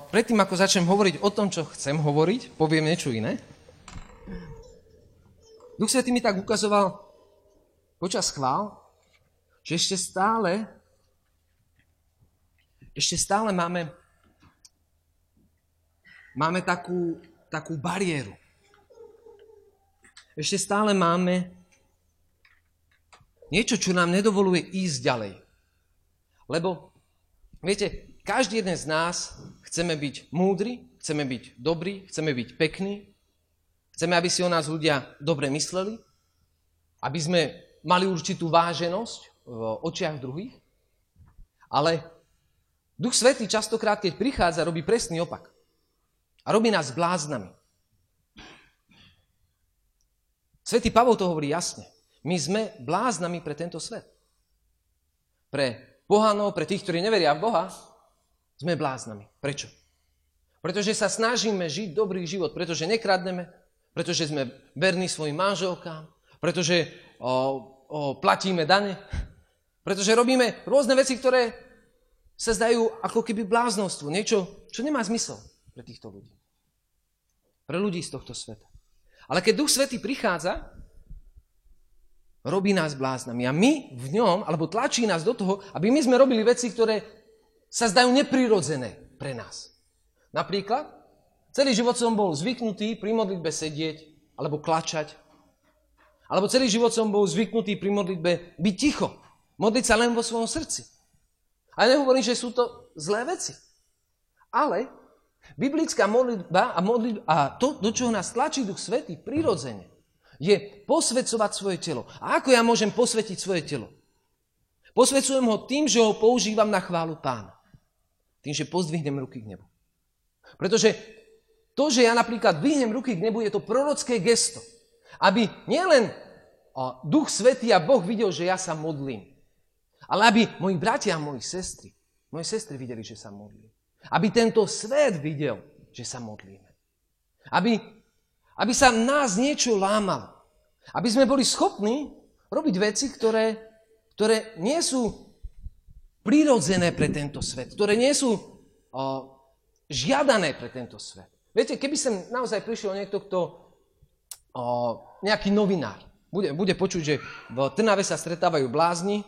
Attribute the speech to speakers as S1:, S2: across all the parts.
S1: predtým, ako začnem hovoriť o tom, čo chcem hovoriť, poviem niečo iné. Duch Svätý mi tak ukazoval počas chvál, že ešte stále máme takú bariéru. Ešte stále máme niečo, čo nám nedovoluje ísť ďalej. Lebo, viete, každý jeden z nás chceme byť múdri, chceme byť dobrí, chceme byť pekní, chceme, aby si o nás ľudia dobre mysleli, aby sme mali určitú váženosť v očiach druhých, ale Duch Svätý častokrát, keď prichádza, robí presný opak. A robí nás bláznami. Svätý Pavol to hovorí jasne. My sme bláznami pre tento svet. Pre pohanov, pre tých, ktorí neveria v Boha, sme bláznami. Prečo? Pretože sa snažíme žiť dobrý život, pretože nekradneme, pretože sme verní svojim manželkám, pretože platíme dane, pretože robíme rôzne veci, ktoré sa zdajú ako keby bláznostvo. Niečo, čo nemá zmysel pre týchto ľudí. Pre ľudí z tohto sveta. Ale keď Duch Svätý prichádza, robí nás bláznami. A my v ňom, alebo tlačí nás do toho, aby my sme robili veci, ktoré sa zdajú neprirodzené pre nás. Napríklad, celý život som bol zvyknutý pri modlitbe sedieť, alebo klačať. Alebo celý život som bol zvyknutý pri modlitbe byť ticho. Modliť sa len vo svojom srdci. A ja nehovorím, že sú to zlé veci. Ale biblická modlitba a to, do čoho nás tlačí Duch Svätý prirodzene, je posväcovať svoje telo. A ako ja môžem posvätiť svoje telo? Posväcujem ho tým, že ho používam na chválu Pána. Tým, že pozdvihnem ruky k nebu. Pretože to, že ja napríklad dvihnem ruky k nebu, je to prorocké gesto. Aby nielen Duch Svätý a Boh videl, že ja sa modlím. Ale aby moji bratia a moje sestry videli, že sa modlím. Aby tento svet videl, že sa modlíme. Aby sa v nás niečo lámalo. Aby sme boli schopní robiť veci, ktoré nie sú prirodzené pre tento svet. Ktoré nie sú žiadané pre tento svet. Viete, keby sem naozaj prišiel niekto, nejaký novinár, bude počuť, že v Trnave sa stretávajú blázni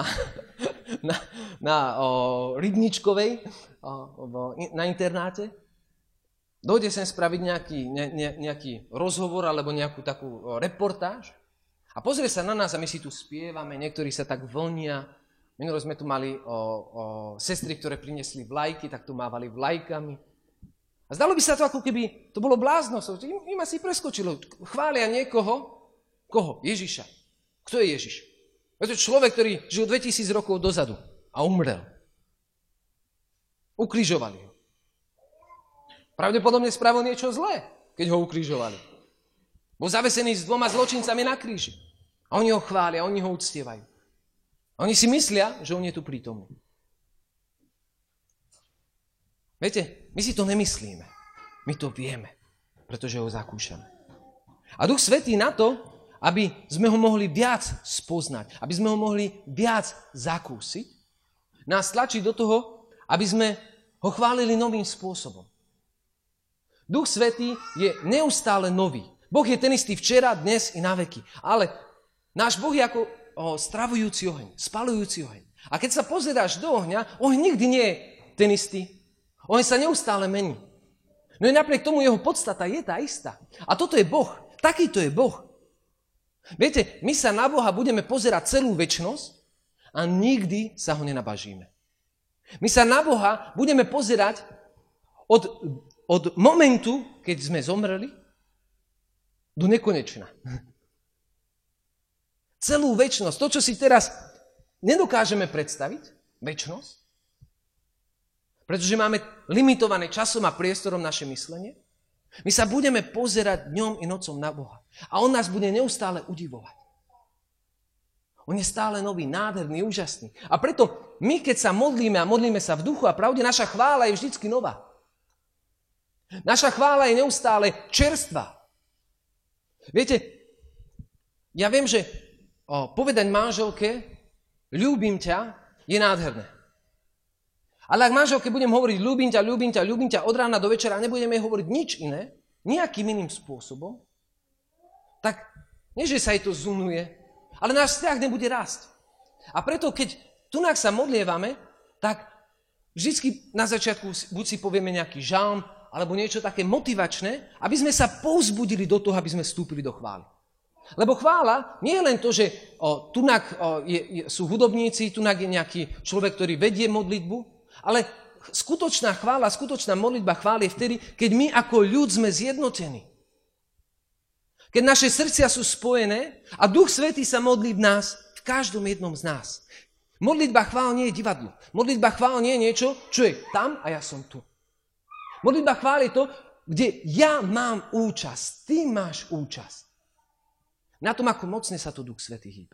S1: na Rybničkovej, na internáte. Dojde sem spraviť nejaký rozhovor alebo nejakú takú reportáž a pozrie sa na nás a my si tu spievame, niektorí sa tak vlnia. Minulé sme tu mali sestry, ktoré priniesli vlajky, tak tu mávali vlajkami. A zdalo by sa to, ako keby to bolo bláznosť. Im asi preskočilo. Chvália niekoho. Koho? Ježiša. Kto je Ježiš? Je to človek, ktorý žil 2000 rokov dozadu a umrel. Ukrižovali ho. Pravdepodobne spravil niečo zlé, keď ho ukrižovali. Bol zavesený s 2 zločincami na kríži. A oni ho chvália, oni ho uctievajú. A oni si myslia, že on je tu prítomný. Viete, my si to nemyslíme. My to vieme, pretože ho zakúšame. A Duch Svätý na to, aby sme ho mohli viac spoznať, aby sme ho mohli viac zakúsiť, nás tlačí do toho, aby sme ho chválili novým spôsobom. Duch Svätý je neustále nový. Boh je ten istý včera, dnes i na veky. Ale náš Boh je ako stravujúci oheň, spalujúci oheň. A keď sa pozeráš do ohňa, oheň nikdy nie je ten istý. Oheň sa neustále mení. No i napriek tomu jeho podstata je tá istá. A toto je Boh. Takýto je Boh. Viete, my sa na Boha budeme pozerať celú večnosť a nikdy sa ho nenabažíme. My sa na Boha budeme pozerať od momentu, keď sme zomreli, do nekonečna. Celú večnosť, to, čo si teraz nedokážeme predstaviť, večnosť, pretože máme limitované časom a priestorom naše myslenie, my sa budeme pozerať dňom i nocom na Boha. A on nás bude neustále udivovať. On je stále nový, nádherný, úžasný. A preto my, keď sa modlíme a modlíme sa v duchu a pravde, naša chvála je vždycky nová. Naša chvála je neustále čerstvá. Viete, ja viem, že povedať manželke, ľúbim ťa, je nádherné. Ale ak manželke budem hovoriť ľúbim ťa od rána do večera a nebudeme hovoriť nič iné, nejakým iným spôsobom, tak nie, že sa jej to zunuje, ale náš vzťah nebude rásť. A preto, keď tunak sa modlievame, tak vždycky na začiatku buď si povieme nejaký žalm, alebo niečo také motivačné, aby sme sa povzbudili do toho, aby sme vstúpili do chvály. Lebo chvála nie je len to, že tunak sú hudobníci, tunak je nejaký človek, ktorý vedie modlitbu, ale skutočná chvála, skutočná modlitba chvály je vtedy, keď my ako ľud sme zjednotení. Keď naše srdcia sú spojené a Duch Svätý sa modlí v nás, v každom jednom z nás. Modlitba chvál nie je divadlo. Modlitba chvál nie je niečo, čo je tam a ja som tu. Modlitba chvály je to, kde ja mám účasť, ty máš účasť. Na tom, ako mocne sa tu Duch Svätý hýbe.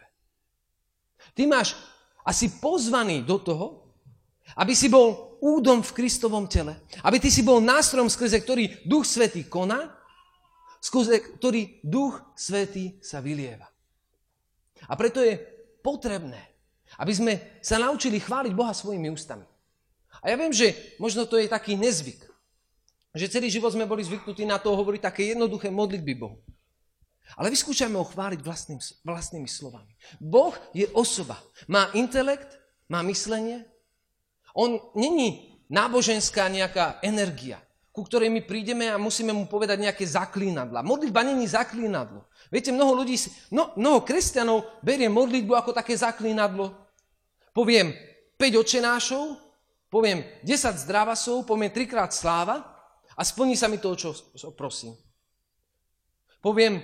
S1: Ty máš asi pozvaný do toho, aby si bol údom v Kristovom tele. Aby ty si bol nástrojom, skrze ktorý Duch Svätý koná, skrze ktorý Duch Svätý sa vylieva. A preto je potrebné, aby sme sa naučili chváliť Boha svojimi ústami. A ja viem, že možno to je taký nezvyk, že celý život sme boli zvyknutí na to hovoriť také jednoduché modlitby Bohu. Ale vyskúšajme ho chváliť vlastnými slovami. Boh je osoba. Má intelekt, má myslenie. On není náboženská nejaká energia, ku ktorej my prídeme a musíme mu povedať nejaké zaklínadla. Modlitba není zaklínadlo. Viete, mnoho kresťanov berie modlitbu ako také zaklínadlo. Poviem 5 otčenášov, poviem 10 zdravasov, poviem 3-krát sláva, a splní sa mi to, čo prosím. Poviem,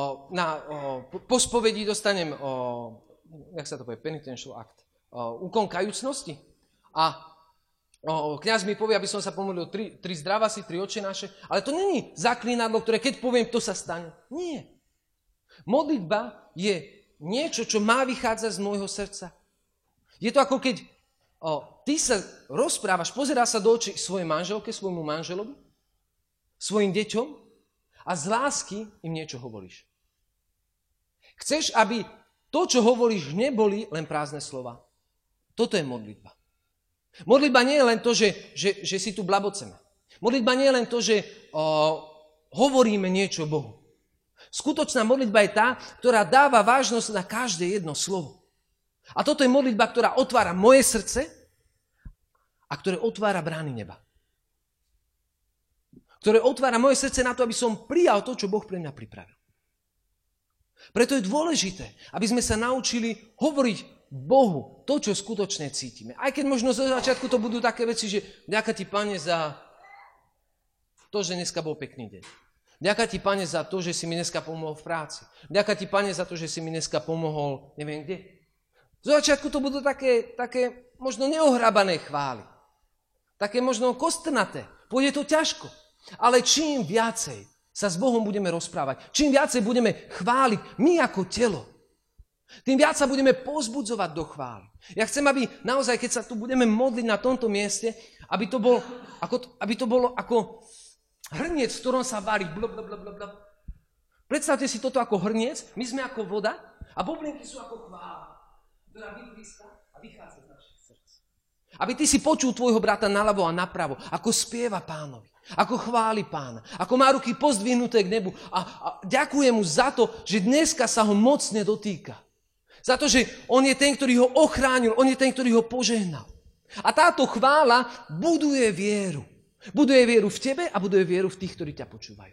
S1: po spovedi dostanem, jak sa to povie, penitential act, úkon kajúcnosti. A kňaz mi povie, aby som sa pomodlil 3 zdravasy, 3 otčenáše, ale to není zaklínadlo, ktoré keď poviem, to sa stane. Nie. Modlitba je niečo, čo má vychádzať z môjho srdca. Je to ako keď ty sa rozprávaš, pozeráš sa do očí svojej manželke, svojmu manželovi, svojim deťom a z lásky im niečo hovoríš. Chceš, aby to, čo hovoríš, neboli len prázdne slova. Toto je modlitba. Modlitba nie je len to, že si tu blaboceme. Modlitba nie je len to, že hovoríme niečo Bohu. Skutočná modlitba je tá, ktorá dáva vážnosť na každé jedno slovo. A toto je modlitba, ktorá otvára moje srdce a ktoré otvára brány neba. Ktoré otvára moje srdce na to, aby som prijal to, čo Boh pre mňa pripravil. Preto je dôležité, aby sme sa naučili hovoriť Bohu to, čo skutočne cítime. Aj keď možno zo začiatku to budú také veci, že ďakujem ti, Pane, za to, že dneska bol pekný deň. Ďakujem ti, Pane, za to, že si mi dneska pomohol v práci. Ďakujem ti, Pane, za to, že si mi dneska pomohol neviem kde. Zo začiatku to budú také možno neohrabané chvály. Také možno kostrnaté. Pôjde to ťažko. Ale čím viacej sa s Bohom budeme rozprávať, čím viacej budeme chváliť my ako telo, tým viac sa budeme povzbudzovať do chvály. Ja chcem, aby naozaj, keď sa tu budeme modliť na tomto mieste, aby to bolo ako hrniec, v ktorom sa varí. Predstavte si toto ako hrniec, my sme ako voda a bublinky sú ako chvála, ktorá vyblíska a vychádza z našich srdc. Aby ty si počul tvojho brata naľavo a napravo, ako spieva Pánovi. Ako chváli Pána, ako má ruky pozdvihnuté k nebu a ďakujem mu za to, že dneska sa ho mocne dotýka. Za to, že on je ten, ktorý ho ochránil, on je ten, ktorý ho požehnal. A táto chvála buduje vieru. Buduje vieru v tebe a buduje vieru v tých, ktorí ťa počúvajú.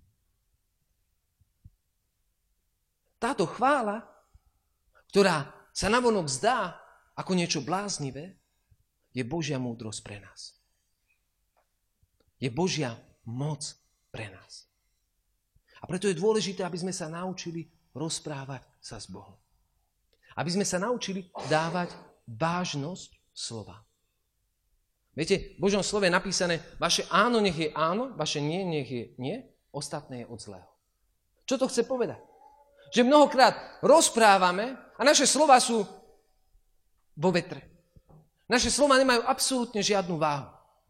S1: Táto chvála, ktorá sa navonok zdá ako niečo bláznivé, je Božia múdrosť pre nás. Je Božia moc pre nás. A preto je dôležité, aby sme sa naučili rozprávať sa s Bohom. Aby sme sa naučili dávať vážnosť slova. Viete, v Božom slove je napísané, vaše áno nech je áno, vaše nie nech je nie, ostatné je od zlého. Čo to chce povedať? Že mnohokrát rozprávame a naše slova sú vo vetre. Naše slova nemajú absolútne žiadnu váhu.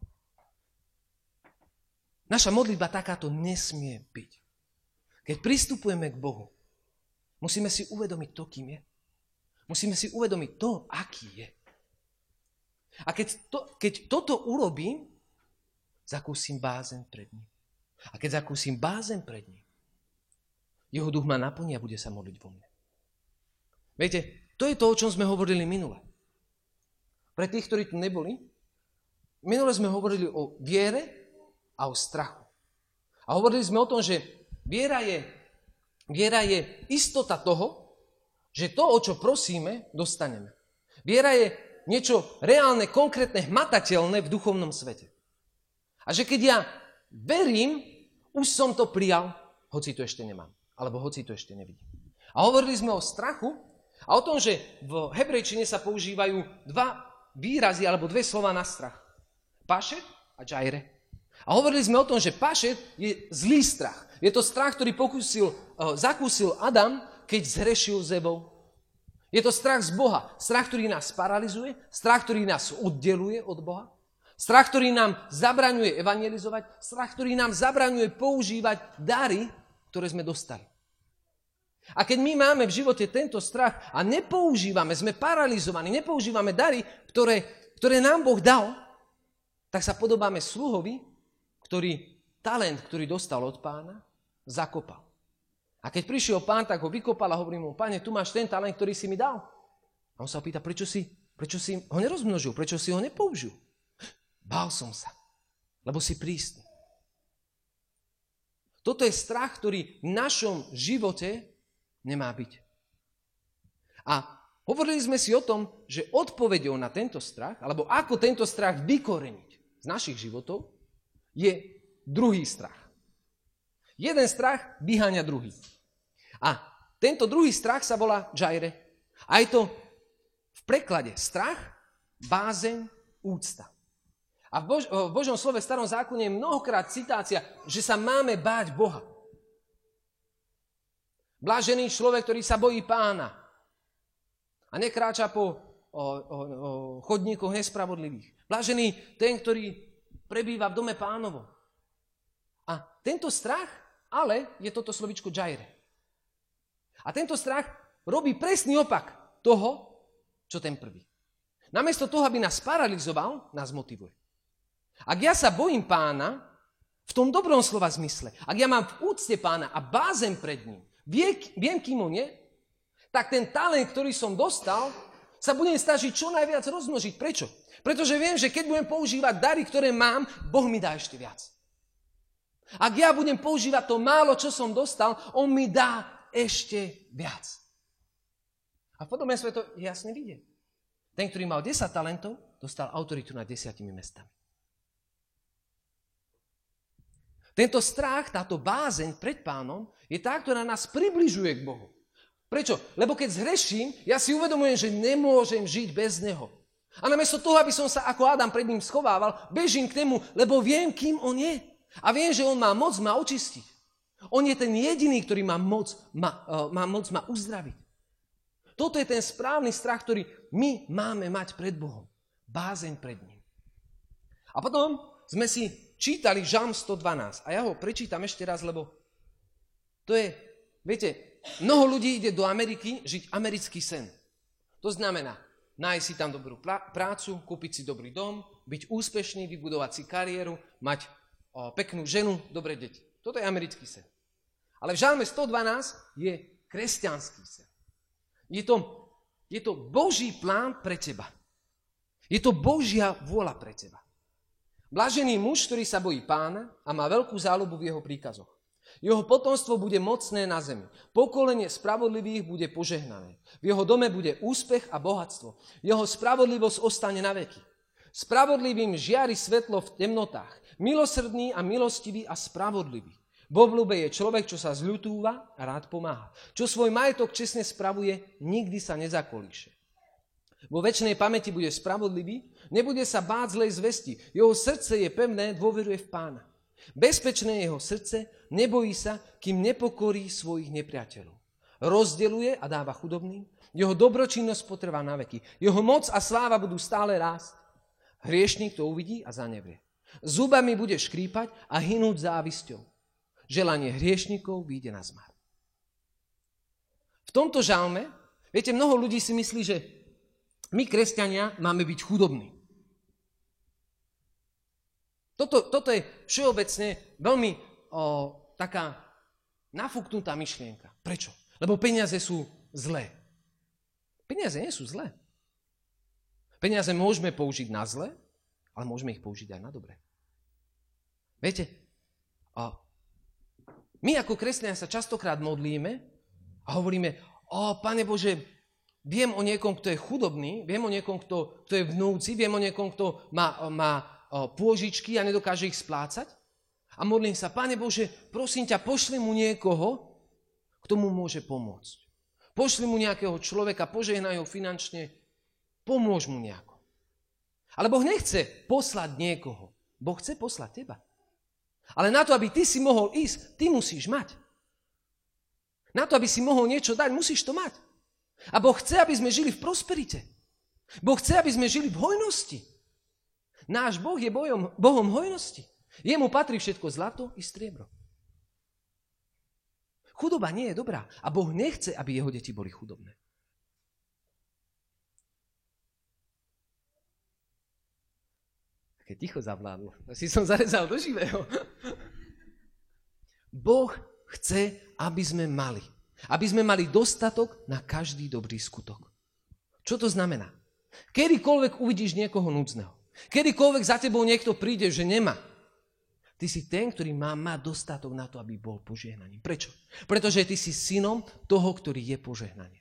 S1: Naša modlitba takáto nesmie byť. Keď pristupujeme k Bohu, musíme si uvedomiť to, kým je. Musíme si uvedomiť to, aký je. A keď toto urobím, zakúsim bázeň pred ním. A keď zakúsim bázeň pred ním, jeho duch ma naplní a bude sa modliť vo mne. Viete, to je to, o čom sme hovorili minule. Pre tých, ktorí tu neboli, minule sme hovorili o viere a o strachu. A hovorili sme o tom, že viera je istota toho, že to, o čo prosíme, dostaneme. Viera je niečo reálne, konkrétne, hmatateľné v duchovnom svete. A že keď ja verím, už som to prijal, hoci to ešte nemám. Alebo hoci to ešte nevidím. A hovorili sme o strachu a o tom, že v hebrejčine sa používajú dva výrazy alebo dve slova na strach. Pašet a džajre. A hovorili sme o tom, že pašet je zlý strach. Je to strach, ktorý zakúsil Adam, keď zhrešil s Evou. Je to strach z Boha. Strach, ktorý nás paralizuje. Strach, ktorý nás oddeluje od Boha. Strach, ktorý nám zabraňuje evangelizovať. Strach, ktorý nám zabraňuje používať dary, ktoré sme dostali. A keď my máme v živote tento strach a nepoužívame, sme paralizovaní, nepoužívame dary, ktoré nám Boh dal, tak sa podobáme sluhovi, ktorý talent, ktorý dostal od Pána, zakopal. A keď prišiel Pán, tak ho vykopal a hovorí mu, Pane, tu máš ten talent, ktorý si mi dal. A on sa opýta, prečo si ho nerozmnožil, prečo si ho nepoužil. Bál som sa, lebo si prísny. Toto je strach, ktorý v našom živote nemá byť. A hovorili sme si o tom, že odpoveďou na tento strach, alebo ako tento strach vykoreniť z našich životov, je druhý strach. Jeden strach vyháňa druhý. A tento druhý strach sa volá džajre. A je to v preklade strach, bázeň, úcta. A v Božom slove v Starom zákone je mnohokrát citácia, že sa máme báť Boha. Blážený človek, ktorý sa bojí Pána a nekráča po chodníkoch nespravodlivých. Blážený ten, ktorý prebýva v dome Pánovom. A tento strach, ale je toto slovičko džajre. A tento strach robí presný opak toho, čo ten prvý. Namiesto toho, aby nás paralizoval, nás motivuje. Ak ja sa bojím Pána, v tom dobrom slova zmysle, ak ja mám v úcte Pána a bázem pred ním, viem, kým on je, tak ten talent, ktorý som dostal, sa budem snažiť čo najviac rozmnožiť. Prečo? Pretože viem, že keď budem používať dary, ktoré mám, Boh mi dá ešte viac. Ak ja budem používať to málo, čo som dostal, on mi dá ešte viac. A potom je to jasne vidieť. Ten, ktorý mal 10 talentov, dostal autoritu nad 10 mestami. Tento strach, táto bázeň pred Pánom je tá, ktorá nás približuje k Bohu. Prečo? Lebo keď zhreším, ja si uvedomujem, že nemôžem žiť bez Neho. A namiesto toho, aby som sa ako Adam pred ním schovával, bežím k nemu, lebo viem, kým on je. A viem, že on má moc ma očistiť. On je ten jediný, ktorý má moc ma uzdraviť. Toto je ten správny strach, ktorý my máme mať pred Bohom. Bázeň pred ním. A potom sme si čítali Žalm 112. A ja ho prečítam ešte raz, lebo to je, viete, mnoho ľudí ide do Ameriky žiť americký sen. To znamená, nájsť si tam dobrú prácu, kúpiť si dobrý dom, byť úspešný, vybudovať si kariéru, mať peknú ženu, dobré deti. Toto je americký sen. Ale v Žalme 112 je kresťanský sen. Je to Boží plán pre teba. Je to Božia vôľa pre teba. Blažený muž, ktorý sa bojí Pána a má veľkú záľubu v jeho príkazoch. Jeho potomstvo bude mocné na zemi. Pokolenie spravodlivých bude požehnané. V jeho dome bude úspech a bohatstvo. Jeho spravodlivosť ostane na veky. Spravodlivým žiari svetlo v temnotách. Milosrdný a milostivý a spravodlivý. V obľúbe je človek, čo sa zľutúva a rád pomáha. Čo svoj majetok čestne spravuje, nikdy sa nezakolíše. Vo večnej pamäti bude spravodlivý, nebude sa báť zlej zvesti. Jeho srdce je pevné, dôveruje v Pána. Bezpečné je jeho srdce, nebojí sa, kým nepokorí svojich nepriateľov. Rozdeľuje a dáva chudobným, jeho dobročinnosť potrvá na veky. Jeho moc a sláva budú stále rásť. Hriešnik to uvidí a zanevrie. Zubami bude škrípať a hynúť závisťou. Želanie hriešnikov vyjde na zmar. V tomto žalme, viete, mnoho ľudí si myslí, že my, kresťania, máme byť chudobní. Toto je všeobecne veľmi taká nafúknutá myšlienka. Prečo? Lebo peniaze sú zlé. Peniaze nie sú zlé. Peniaze môžeme použiť na zlé, ale môžeme ich použiť aj na dobré. Viete, my ako kresťania sa častokrát modlíme a hovoríme, Pane Bože, viem o niekom, kto je chudobný, viem o niekom, kto je v núdzi, viem o niekom, kto má pôžičky a nedokáže ich splácať. A modlím sa, Pane Bože, prosím ťa, pošli mu niekoho, kto mu môže pomôcť. Pošli mu nejakého človeka, požehnaj ho finančne, pomôž mu nejako. Ale Boh nechce poslať niekoho. Boh chce poslať teba. Ale na to, aby ty si mohol ísť, ty musíš mať. Na to, aby si mohol niečo dať, musíš to mať. A Boh chce, aby sme žili v prosperite. Boh chce, aby sme žili v hojnosti. Náš Boh je Bohom hojnosti. Jemu patrí všetko zlato i striebro. Chudoba nie je dobrá a Boh nechce, aby jeho deti boli chudobné. Také ticho zavládlo. Si som zarezal do živého. Boh chce, aby sme mali. Aby sme mali dostatok na každý dobrý skutok. Čo to znamená? Kedykoľvek uvidíš niekoho núdzneho, kedykoľvek za tebou niekto príde, že nemá, ty si ten, ktorý má dostatok na to, aby bol požehnaním. Prečo? Pretože ty si synom toho, ktorý je požehnaním.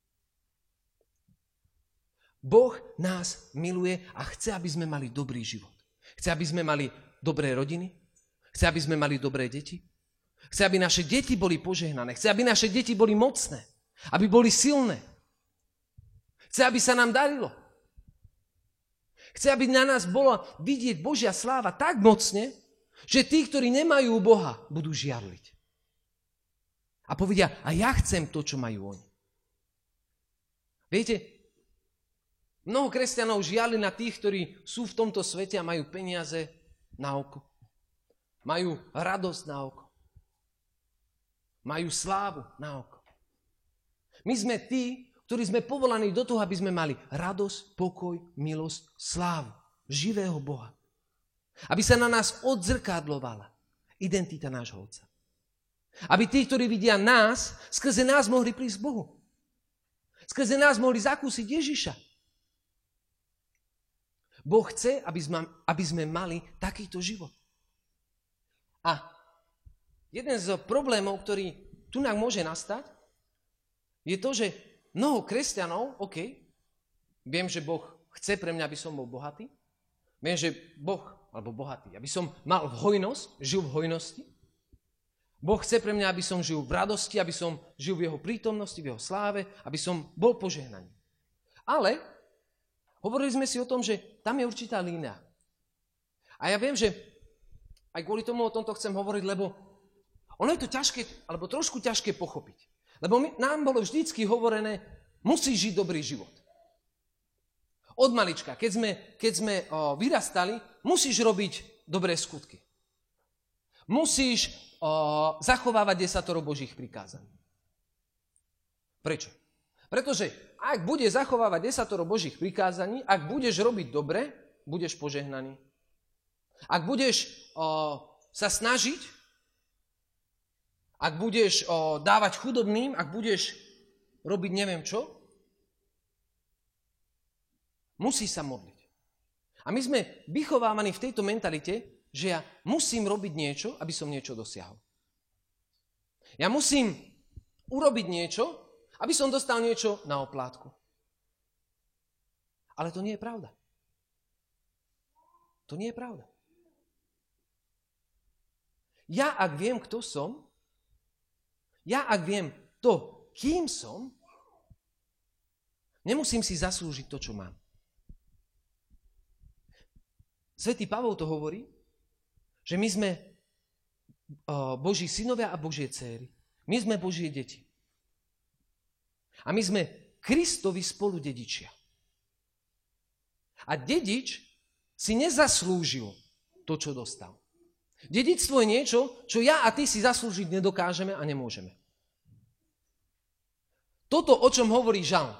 S1: Boh nás miluje a chce, aby sme mali dobrý život. Chce, aby sme mali dobré rodiny. Chce, aby sme mali dobré deti. Chce, aby naše deti boli požehnané. Chce, aby naše deti boli mocné. Aby boli silné. Chce, aby sa nám darilo. Chce, aby na nás bola vidieť Božia sláva tak mocne, že tí, ktorí nemajú Boha, budú žiarliť. A povedia, a ja chcem to, čo majú oni. Viete, mnoho kresťanov žiarli na tých, ktorí sú v tomto svete a majú peniaze na oko. Majú radosť na oko. Majú slávu na oko. My sme tí, ktorí sme povolaní do toho, aby sme mali radosť, pokoj, milosť, slávu živého Boha. Aby sa na nás odzrkadlovala identita nášho Otca. Aby tí, ktorí vidia nás, skrze nás mohli prísť k Bohu. Skrze nás mohli zakúsiť Ježiša. Boh chce, aby sme mali takýto život. A jeden z problémov, ktorý tu nám môže nastať, je to, že mnoho kresťanov, viem, že Boh chce pre mňa, aby som bol bohatý, viem, že aby som mal hojnosť, žil v hojnosti. Boh chce pre mňa, aby som žil v radosti, aby som žil v jeho prítomnosti, v jeho sláve, aby som bol požehnaný. Ale hovorili sme si o tom, že tam je určitá línia. A ja viem, že aj kvôli tomu o tomto chcem hovoriť, lebo ono je to ťažké, alebo trošku ťažké pochopiť. Lebo nám bolo vždycky hovorené, musíš žiť dobrý život. Od malička, keď sme vyrastali, musíš robiť dobré skutky. Musíš zachovávať 10 Božích prikázaní. Prečo? Pretože ak budeš zachovávať 10 Božích prikázaní, ak budeš robiť dobre, budeš požehnaný. Ak budeš sa snažiť, ak budeš dávať chudobným, ak budeš robiť neviem čo, musíš sa modliť. A my sme vychovávaní v tejto mentalite, že ja musím robiť niečo, aby som niečo dosiahol. Ja musím urobiť niečo, aby som dostal niečo na oplátku. Ale to nie je pravda. To nie je pravda. Ja ak viem, kto som, ja ak viem to, kým som, nemusím si zaslúžiť to, čo mám. Svätý Pavol to hovorí, že my sme Boží synovia a Božie dcéry. My sme Božie deti. A my sme Kristovi spoludedičia. A dedič si nezaslúžil to, čo dostal. Dedičstvo je niečo, čo ja a ty si zaslúžiť nedokážeme a nemôžeme. Toto, o čom hovorí Žalm.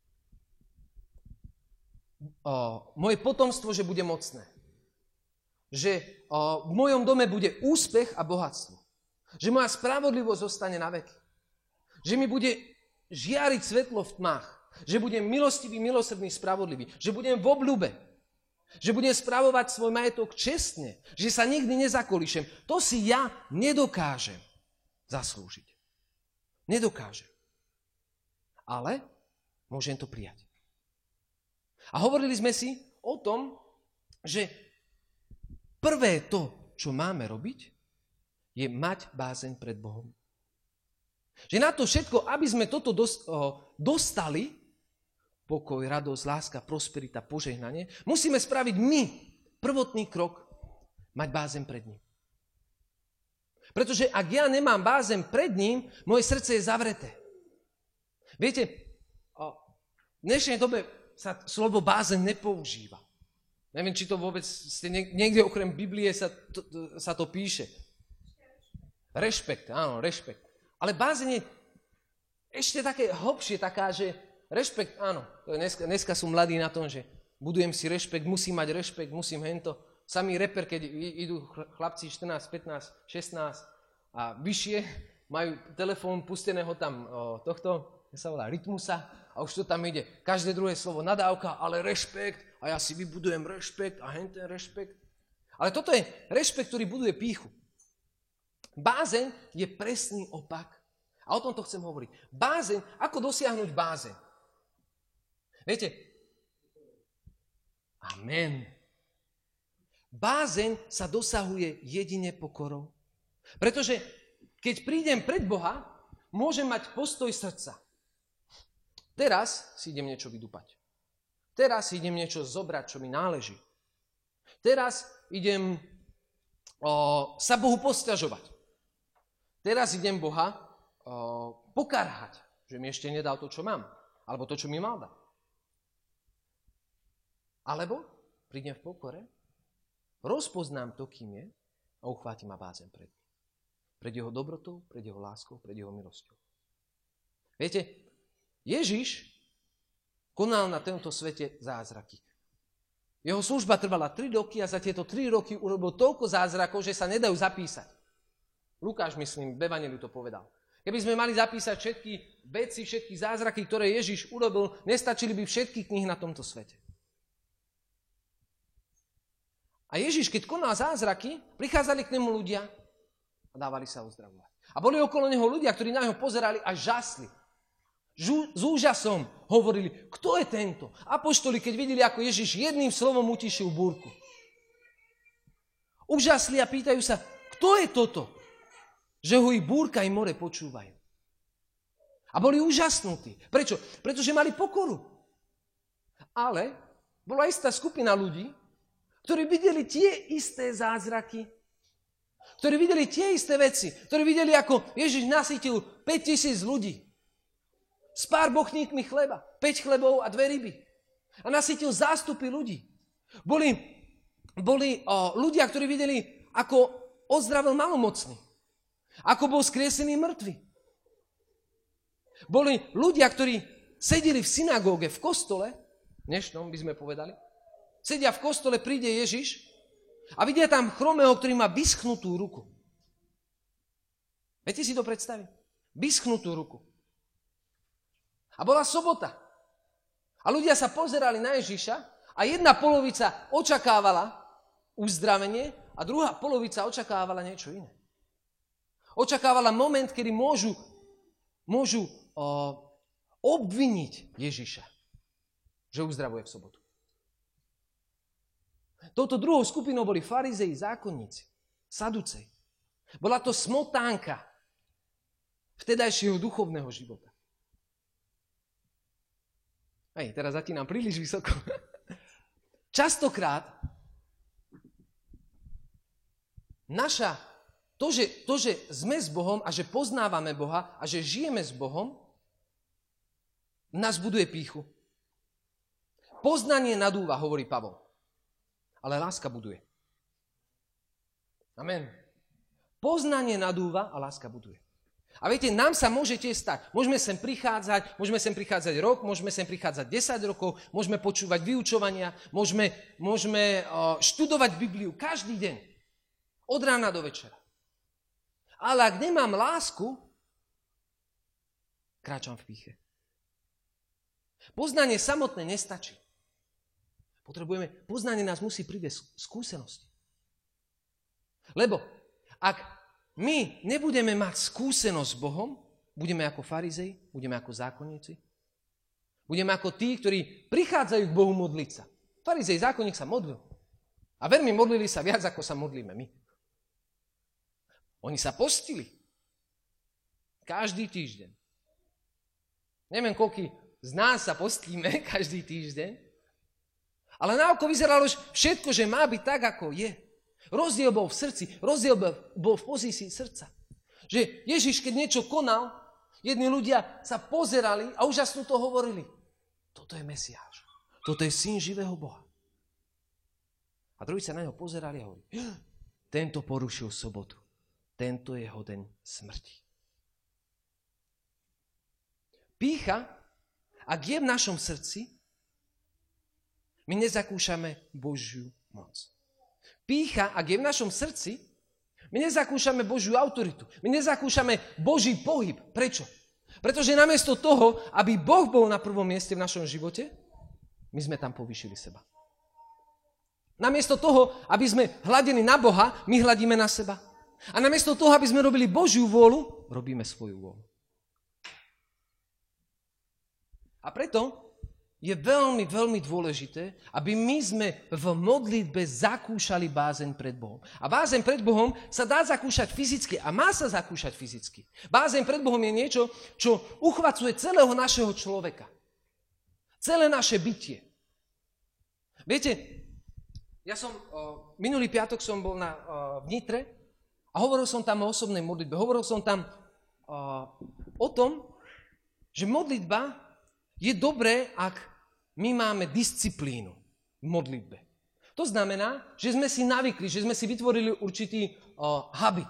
S1: Moje potomstvo, že bude mocné. že v mojom dome bude úspech a bohatstvo. Že moja spravodlivosť zostane na veky. Že mi bude žiariť svetlo v tmách. Že budem milostivý, milosrdný, spravodlivý. Že budem v obľúbe. Že budem spravovať svoj majetok čestne. Že sa nikdy nezakolíšem. To si ja nedokážem zaslúžiť. Nedokážem. Ale môžem to prijať. A hovorili sme si o tom, že prvé to, čo máme robiť, je mať bázeň pred Bohom. Že na to všetko, aby sme toto dostali, pokoj, radosť, láska, prosperita, požehnanie, musíme spraviť my prvotný krok, mať bázeň pred ním. Pretože ak ja nemám bázeň pred ním, moje srdce je zavreté. Viete, v dnešnej dobe sa slovo bázeň nepoužíva. Neviem, či to vôbec niekde okrem Biblie sa to píše. Rešpekt, áno, rešpekt. Ale bázeň je ešte také hlbšie, taká, že rešpekt, áno. Dneska sú mladí na tom, že budujem si rešpekt, musím mať rešpekt, musím hento. Samý reper, keď idú chlapci 14, 15, 16 a vyššie, majú telefón pusteného tam tohto, sa volá Rytmusa, a už to tam ide. Každé druhé slovo nadávka, ale rešpekt, a ja si vybudujem rešpekt a henten rešpekt. Ale toto je rešpekt, ktorý buduje pýchu. Bázeň je presný opak. A o tomto chcem hovoriť. Bázeň, ako dosiahnuť bázeň? Viete, amen. Bázeň sa dosahuje jedine pokorou. Pretože keď prídem pred Boha, môžem mať postoj srdca. Teraz si idem niečo vydúpať. Teraz si idem niečo zobrať, čo mi náleží. Teraz idem sa Bohu posťažovať. Teraz idem Boha pokarhať, že mi ešte nedal to, čo mám. Alebo to, čo mi mal dať. Alebo prídem v pokore, rozpoznám to, kým je a uchvátim ma bázeň pred ním. Pred jeho dobrotou, pred jeho láskou, pred jeho milosťou. Viete, Ježiš konal na tomto svete zázraky. Jeho služba trvala 3 roky a za tieto 3 roky urobil toľko zázrakov, že sa nedajú zapísať. Lukáš, myslím, v Evanjeliu to povedal. Keby sme mali zapísať všetky veci, všetky zázraky, ktoré Ježiš urobil, nestačili by všetky knihy na tomto svete. A Ježiš, keď konal zázraky, prichádzali k nemu ľudia a dávali sa uzdravovať. A boli okolo neho ľudia, ktorí na neho pozerali a žasli. S úžasom hovorili, kto je tento? Apoštoli, keď videli, ako Ježiš jedným slovom utišil búrku. Úžasli a pýtajú sa, kto je toto? Že ho i búrka, i more počúvajú. A boli úžasnutí. Prečo? Pretože mali pokoru. Ale bola istá skupina ľudí, ktorí videli tie isté zázraky, ktorí videli tie isté veci, ktorí videli, ako Ježiš nasytil 5000 ľudí s pár bochníkmi chleba, 5 chlebov a 2 ryby. A nasytil zástupy ľudí. Boli ľudia, ktorí videli, ako ozdravil malomocný, ako bol skriesený mŕtvy. Boli ľudia, ktorí sedeli v synagóge, v kostole, dnešnom by sme povedali, sedia v kostole, príde Ježiš a vidia tam chromého, ktorý má vyschnutú ruku. Viete si to predstaviť? Vyschnutú ruku. A bola sobota. A ľudia sa pozerali na Ježiša a jedna polovica očakávala uzdravenie a druhá polovica očakávala niečo iné. Očakávala moment, kedy môžu obviniť Ježiša, že uzdravuje v sobotu. Touto druhou skupinou boli farizei, zákonníci, saducej. Bola to smotánka vtedajšieho duchovného života. Teraz zatínam príliš vysoko. Častokrát to, že sme s Bohom a že poznávame Boha a že žijeme s Bohom, nás buduje pýchu. Poznanie nadúva, hovorí Pavol. Ale láska buduje. Amen. Poznanie nadúva a láska buduje. A viete, nám sa môže tiež stať. Môžeme sem prichádzať rok, môžeme sem prichádzať 10 rokov, môžeme počúvať vyučovania, môžeme študovať Bibliu každý deň. Od rána do večera. Ale ak nemám lásku, kráčam v pýche. Poznanie samotné nestačí. Poznanie nás musí priviesť skúsenosti. Lebo ak my nebudeme mať skúsenosť s Bohom, budeme ako farizei, budeme ako zákonníci, budeme ako tí, ktorí prichádzajú k Bohu modliť sa. Farizej, zákonník sa modlil. A veľmi modlili sa viac, ako sa modlíme my. Oni sa postili. Každý týždeň. Neviem, koľký z nás sa postíme každý týždeň, ale naoko vyzeralo všetko, že má byť tak, ako je. Rozdiel bol v srdci, rozdiel bol v pozícii srdca. Že Ježiš, keď niečo konal, jedni ľudia sa pozerali a úžasnú to hovorili. Toto je Mesiáš. Toto je syn živého Boha. A druhí sa na neho pozerali a hovorili, tento porušil sobotu. Tento je hoden smrti. Pýcha, ak je v našom srdci, my nezakúšame Božiu moc. Pýcha, ak je v našom srdci, my nezakúšame Božiu autoritu. My nezakúšame Boží pohyb. Prečo? Pretože namiesto toho, aby Boh bol na prvom mieste v našom živote, my sme tam povýšili seba. Namiesto toho, aby sme hľadeli na Boha, my hľadíme na seba. A namiesto toho, aby sme robili Božiu vôľu, robíme svoju vôľu. A preto je veľmi, veľmi dôležité, aby my sme v modlitbe zakúšali bázeň pred Bohom. A bázeň pred Bohom sa dá zakúšať fyzicky a má sa zakúšať fyzicky. Bázeň pred Bohom je niečo, čo uchvacuje celého našeho človeka. Celé naše bytie. Viete, minulý piatok som bol v Nitre a hovoril som tam o osobnej modlitbe. Hovoril som tam o tom, že modlitba je dobré, ak my máme disciplínu v modlitbe. To znamená, že sme si navykli, že sme si vytvorili určitý habit,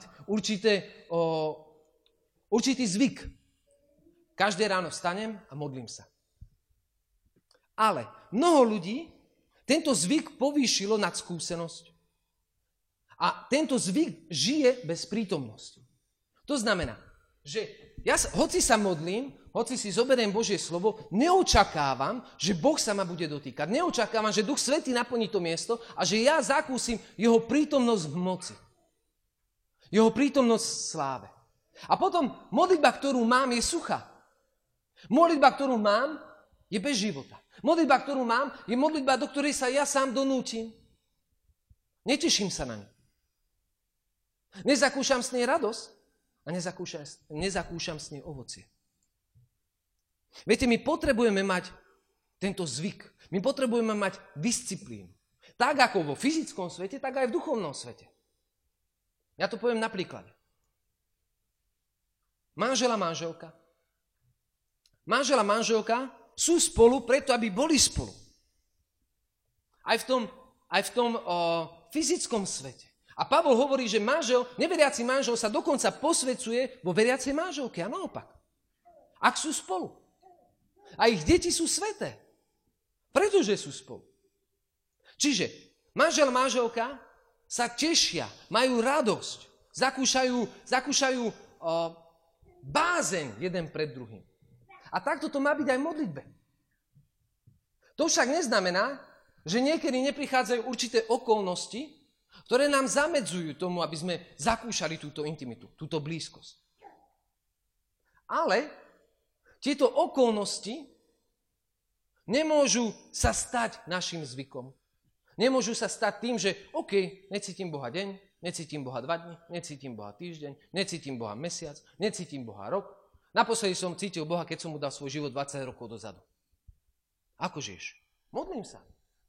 S1: určitý zvyk. Každé ráno vstanem a modlím sa. Ale mnoho ľudí tento zvyk povýšilo nad skúsenosť. A tento zvyk žije bez prítomnosti. To znamená, že hoci sa modlím, hoci si zoberiem Božie slovo, neočakávam, že Boh sa ma bude dotýkať. Neočakávam, že Duch Svätý naplní to miesto a že ja zakúsim jeho prítomnosť v moci. Jeho prítomnosť v sláve. A potom modlitba, ktorú mám, je suchá. Modlitba, ktorú mám, je bez života. Modlitba, ktorú mám, je modlitba, do ktorej sa ja sám donútim. Neteším sa na ňu. Nezakúšam s nej radosť a nezakúšam s nej ovocie. Viete, my potrebujeme mať tento zvyk. My potrebujeme mať disciplínu. Tak ako vo fyzickom svete, tak aj v duchovnom svete. Ja to poviem na príklade. Manžel a manželka. Manžel a manželka sú spolu preto, aby boli spolu. Aj v tom fyzickom svete. A Pavol hovorí, že neveriaci manžel sa dokonca posvedzuje vo veriacej manželke. A naopak. Ak sú spolu. A ich deti sú sväté. Pretože sú spolu. Čiže manžel a manželka sa tešia, majú radosť, zakúšajú bázeň jeden pred druhým. A takto to má byť aj v modlitbe. To však neznamená, že niekedy neprichádzajú určité okolnosti, ktoré nám zamedzujú tomu, aby sme zakúšali túto intimitu, túto blízkosť. Ale tieto okolnosti nemôžu sa stať našim zvykom. Nemôžu sa stať tým, že OK, necítim Boha deň, necítim Boha 2 dni, necítim Boha týždeň, necítim Boha mesiac, necítim Boha rok. Naposledy som cítil Boha, keď som mu dal svoj život 20 rokov dozadu. Ako žiješ? Modlím sa.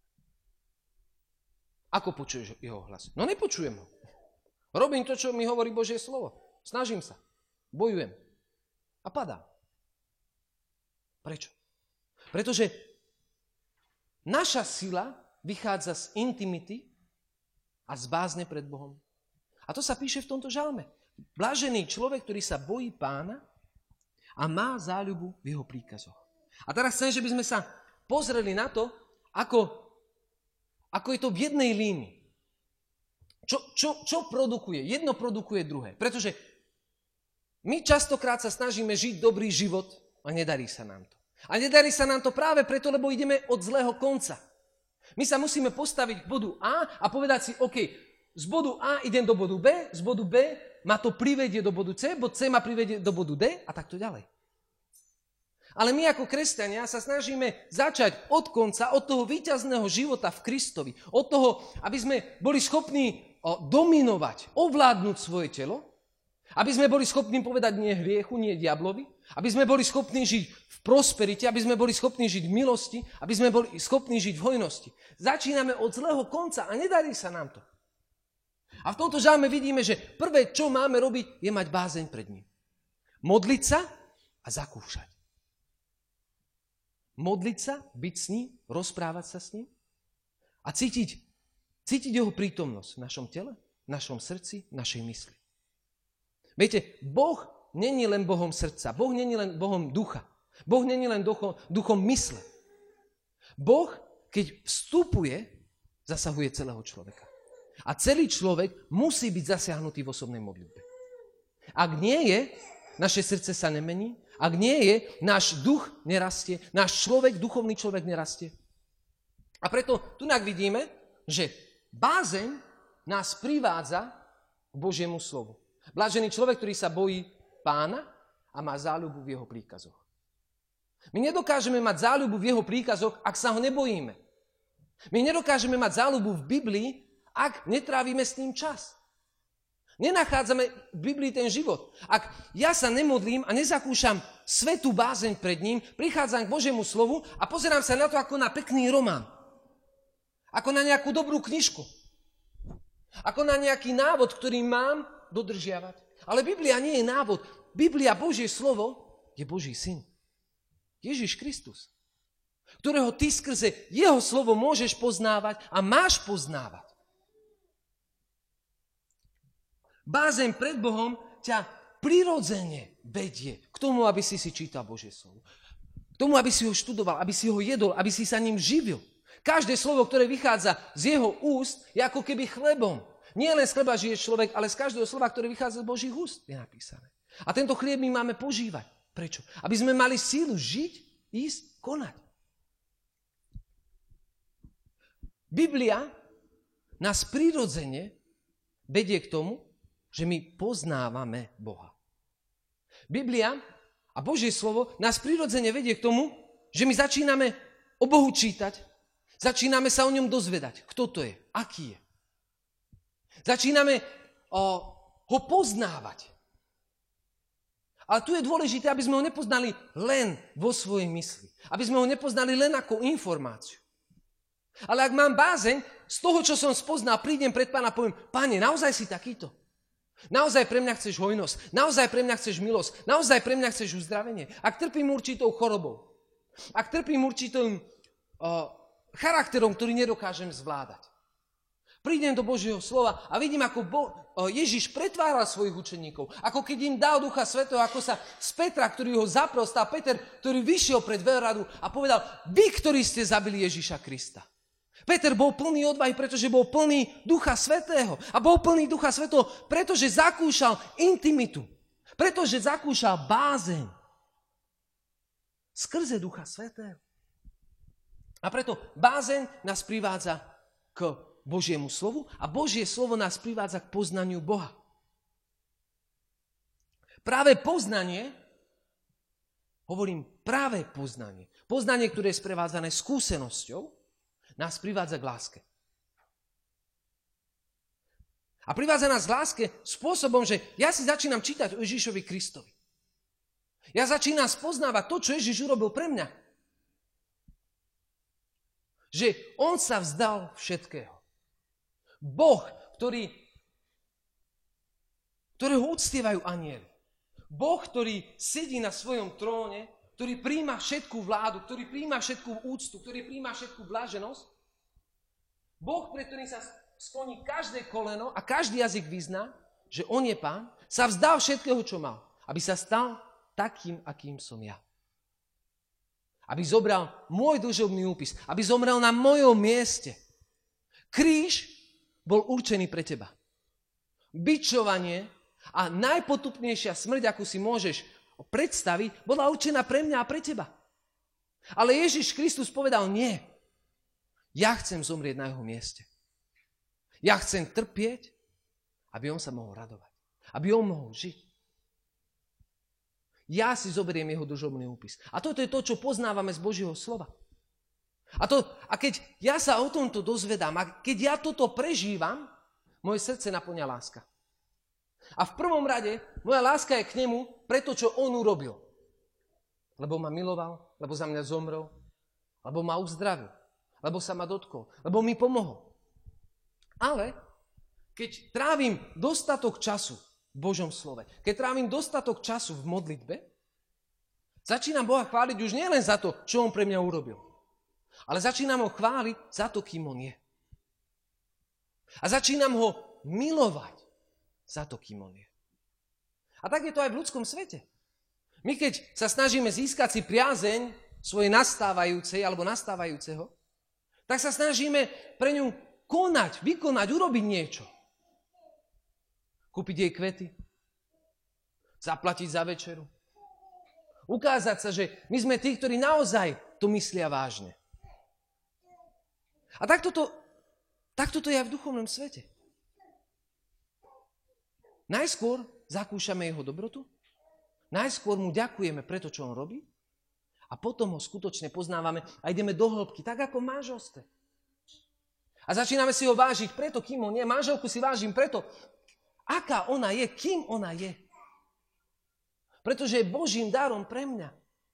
S1: Ako počuješ jeho hlas? No nepočujem ho. Robím to, čo mi hovorí Božie slovo. Snažím sa. Bojujem. A padám. Prečo? Pretože naša sila vychádza z intimity a z bázne pred Bohom. A to sa píše v tomto žalme. Blažený človek, ktorý sa bojí Pána a má záľubu v jeho príkazoch. A teraz chcem, že by sme sa pozreli na to, ako je to v jednej línii. Čo produkuje? Jedno produkuje druhé. Pretože my častokrát sa snažíme žiť dobrý život a nedarí sa nám to. A nedarí sa nám to práve preto, lebo ideme od zlého konca. My sa musíme postaviť k bodu A a povedať si, OK, z bodu A idem do bodu B, z bodu B ma to privedie do bodu C, bod C ma privedie do bodu D a takto ďalej. Ale my ako kresťania sa snažíme začať od konca, od toho víťazného života v Kristovi, od toho, aby sme boli schopní dominovať, ovládnuť svoje telo, aby sme boli schopní povedať nie hriechu, nie diablovi, aby sme boli schopní žiť v prosperite, aby sme boli schopní žiť v milosti, aby sme boli schopní žiť v hojnosti. Začíname od zlého konca a nedarí sa nám to. A v tomto žalme vidíme, že prvé, čo máme robiť, je mať bázeň pred ním. Modliť sa a zakúšať. Modliť sa, byť s ním, rozprávať sa s ním a cítiť jeho prítomnosť v našom tele, v našom srdci, v našej mysli. Viete, Boh není len Bohom srdca, Boh není len Bohom ducha, Boh není len duchom mysle. Boh, keď vstupuje, zasahuje celého človeka. A celý človek musí byť zasiahnutý v osobnej modlitbe. Ak nie je, naše srdce sa nemení, ak nie je, náš duch nerastie, náš človek, duchovný človek nerastie. A preto tu vidíme, že bázeň nás privádza k Božiemu slovu. Blažený človek, ktorý sa bojí Pána a má záľubu v jeho príkazoch. My nedokážeme mať záľubu v jeho príkazoch, ak sa ho nebojíme. My nedokážeme mať záľubu v Biblii, ak netrávime s ním čas. Nenachádzame v Biblii ten život. Ak ja sa nemodlím a nezakúšam svätú bázeň pred ním, prichádzam k Božiemu slovu a pozerám sa na to ako na pekný román. Ako na nejakú dobrú knižku. Ako na nejaký návod, ktorý mám dodržiavať. Ale Biblia nie je návod. Biblia, Božie slovo, je Boží syn. Ježiš Kristus. Ktorého ty skrze jeho slovo môžeš poznávať a máš poznávať. Bázeň pred Bohom ťa prirodzene vedie k tomu, aby si čítal Božie slovo. K tomu, aby si ho študoval, aby si ho jedol, aby si sa ním živil. Každé slovo, ktoré vychádza z jeho úst, je ako keby chlebom. Nie len z chleba žije človek, ale z každého slova, ktoré vychádza z Božích úst, je napísané. A tento chlieb my máme požívať. Prečo? Aby sme mali sílu žiť, ísť, konať. Biblia nás prirodzene vedie k tomu, že my poznávame Boha. Biblia a Božie slovo nás prirodzene vedie k tomu, že my začíname o Bohu čítať, začíname sa o ňom dozvedať. Kto to je? Aký je? Začíname ho poznávať. Ale tu je dôležité, aby sme ho nepoznali len vo svojej mysli. Aby sme ho nepoznali len ako informáciu. Ale ak mám bázeň, z toho, čo som spoznal, prídem pred Pána a poviem, Pane, naozaj si takýto? Naozaj pre mňa chceš hojnosť, naozaj pre mňa chceš milosť, naozaj pre mňa chceš uzdravenie. Ak trpím určitou chorobou, ak trpím určitým charakterom, ktorý nedokážem zvládať. Prídem do Božieho slova a vidím, ako Ježiš pretváral svojich učeníkov. Ako keď im dal Ducha Svätého, ako sa z Petra, ktorý ho zaprel, stal Peter, ktorý vyšiel pred veľradu a povedal, vy, ktorí ste zabili Ježiša Krista. Peter bol plný odvahy, pretože bol plný Ducha Svätého. A bol plný Ducha Svätého, pretože zakúšal intimitu. Pretože zakúšal bázeň. Skrze Ducha Svätého. A preto bázeň nás privádza k Božiemu slovu a Božie slovo nás privádza k poznaniu Boha. Práve poznanie, poznanie, ktoré je sprevádzané skúsenosťou, nás privádza k láske. A privádza nás k láske spôsobom, že ja si začínam čítať o Ježišovi Kristovi. Ja začínam spoznávať to, čo Ježiš urobil pre mňa. Že on sa vzdal všetkého. Boh, ktorého uctievajú anjeli. Boh, ktorý sedí na svojom tróne, ktorý prijíma všetkú vládu, ktorý prijíma všetkú úctu, ktorý prijíma všetkú blaženosť. Boh, pre ktorým sa skloní každé koleno a každý jazyk vyzná, že on je Pán, sa vzdal všetkého, čo mal, aby sa stal takým, akým som ja. Aby zobral môj duševný úpis, aby zomrel na mojom mieste. Kríž bol určený pre teba. Bičovanie a najpotupnejšia smrť, akú si môžeš predstaviť, bola určená pre mňa a pre teba. Ale Ježiš Kristus povedal nie. Ja chcem zomrieť na jeho mieste. Ja chcem trpieť, aby on sa mohol radovať. Aby on mohol žiť. Ja si zoberiem jeho duševný úpis. A toto je to, čo poznávame z Božieho slova. A keď ja sa o tomto dozvedám, a keď ja toto prežívam, moje srdce naplňa láska. A v prvom rade moja láska je k nemu pre to, čo on urobil. Lebo ma miloval, lebo za mňa zomrel, lebo ma uzdravil, lebo sa ma dotkol, lebo mi pomohol. Ale keď trávim dostatok času v Božom slove, keď trávim dostatok času v modlitbe, začínam Boha chváliť už nielen za to, čo on pre mňa urobil, ale začínam ho chváliť za to, kým on je. A začínam ho milovať za to, kým on je. A tak je to aj v ľudskom svete. My keď sa snažíme získať si priazeň svojej nastávajúcej alebo nastávajúceho, tak sa snažíme pre ňu konať, vykonať, urobiť niečo. Kúpiť jej kvety, zaplatiť za večeru. Ukázať sa, že my sme tí, ktorí naozaj to myslia vážne. A takto to je aj v duchovnom svete. Najskôr zakúšame jeho dobrotu, najskôr mu ďakujeme pre to, čo on robí, a potom ho skutočne poznávame a ideme do hĺbky, tak ako v manželstve. A začíname si ho vážiť preto, kým on je. Manželku si vážim preto, aká ona je, kým ona je. Pretože je Božím darom pre mňa.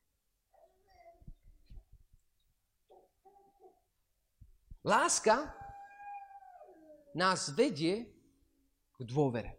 S1: Láska nás vedie k dôvere.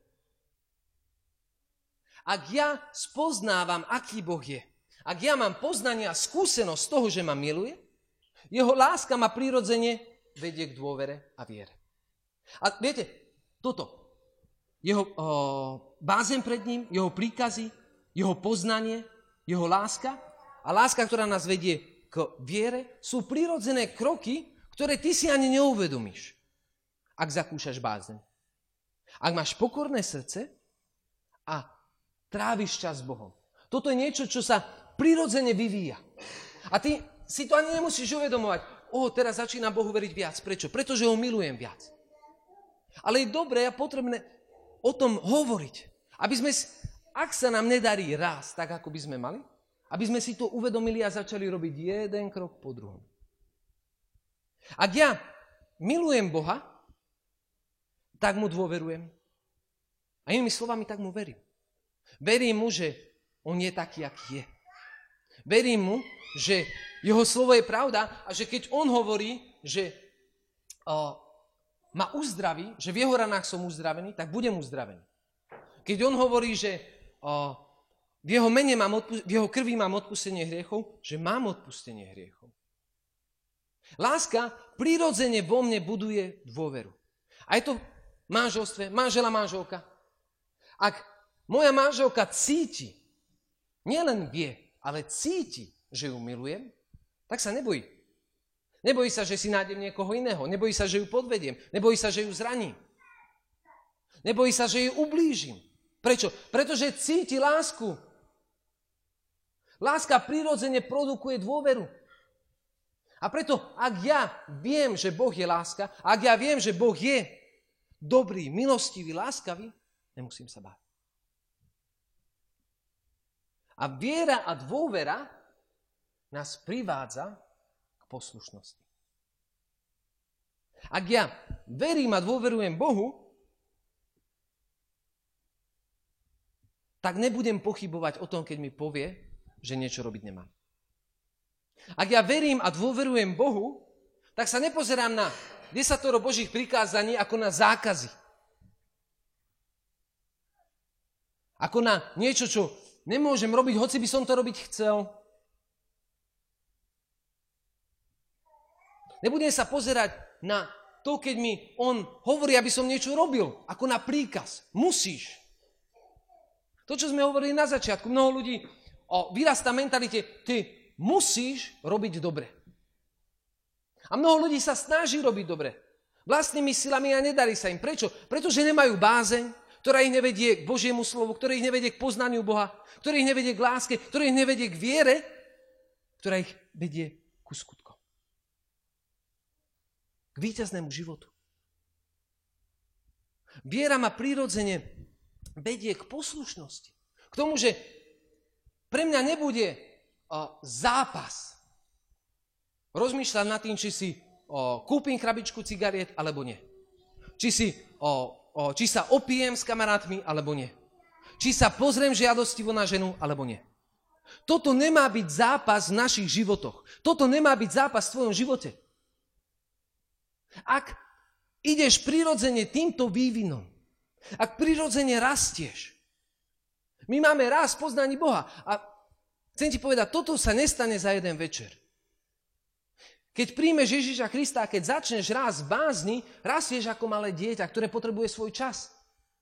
S1: Ak ja spoznávam, aký Boh je, ak ja mám poznanie a skúsenosť z toho, že ma miluje, jeho láska ma prirodzene vedie k dôvere a viere. A viete, toto, jeho bázeň pred ním, jeho príkazy, jeho poznanie, jeho láska a láska, ktorá nás vedie k viere, sú prirodzené kroky, ktoré ty si ani neuvedomíš, ak zakúšaš bázeň. Ak máš pokorné srdce a tráviš čas s Bohom. Toto je niečo, čo sa prirodzene vyvíja. A ty si to ani nemusíš uvedomovať. Teraz začínam Bohu veriť viac. Prečo? Pretože ho milujem viac. Ale je dobré a potrebné o tom hovoriť. Aby sme, ak sa nám nedarí raz, tak ako by sme mali, aby sme si to uvedomili a začali robiť jeden krok po druhom. Ak ja milujem Boha, tak mu dôverujem. A inými slovami, tak mu verím. Verím mu, že on je taký, aký je. Verím mu, že jeho slovo je pravda a že keď on hovorí, že ma uzdraví, že v jeho ranách som uzdravený, tak budem uzdravený. Keď on hovorí, že v jeho krvi mám odpustenie hriechov, že mám odpustenie hriechov. Láska prirodzene vo mne buduje dôveru. A je to v manželstve, manžela, manželka. Ak moja manželka cíti, nielen vie, ale cíti, že ju milujem, tak sa nebojí. Nebojí sa, že si nájdem niekoho iného. Nebojí sa, že ju podvediem. Nebojí sa, že ju zraním. Nebojí sa, že ju ublížim. Prečo? Pretože cíti lásku. Láska prirodzene produkuje dôveru. A preto, ak ja viem, že Boh je láska, ak ja viem, že Boh je dobrý, milostivý, láskavý, nemusím sa báť. A viera a dôvera nás privádza k poslušnosti. Ak ja verím a dôverujem Bohu, tak nebudem pochybovať o tom, keď mi povie, že niečo robiť nemám. Ak ja verím a dôverujem Bohu, tak sa nepozerám na 10 Božích prikázaní ako na zákazy. Ako na niečo, čo nemôžem robiť, hoci by som to robiť chcel. Nebudem sa pozerať na to, keď mi on hovorí, aby som niečo robil, ako na príkaz. Musíš. To, čo sme hovorili na začiatku, mnoho ľudí vyrastá v mentalite, ty musíš robiť dobre. A mnoho ľudí sa snaží robiť dobre. Vlastnými silami a nedarí sa im. Prečo? Pretože nemajú bázeň, ktorá ich nevedie k Božiemu slovu, ktorá ich nevedie k poznaniu Boha, ktorá ich nevedie k láske, ktorá ich nevedie k viere, ktorá ich vedie ku skutkom. K víťaznému životu. Viera ma prirodzene vedie k poslušnosti. K tomu, že pre mňa nebude zápas rozmýšľať nad tým, či si kúpim krabičku cigariet, alebo nie. Či sa opijem s kamarátmi, alebo nie. Či sa pozriem žiadostivo na ženu, alebo nie. Toto nemá byť zápas v našich životoch. Toto nemá byť zápas v tvojom živote. Ak ideš prirodzene týmto vývinom, ak prirodzene rastieš, my máme rast v poznaní Boha. A chcem ti povedať, toto sa nestane za jeden večer. Keď príjmeš Ježiša Krista a keď začneš rásť v bázni, rastieš ako malé dieťa, ktoré potrebuje svoj čas.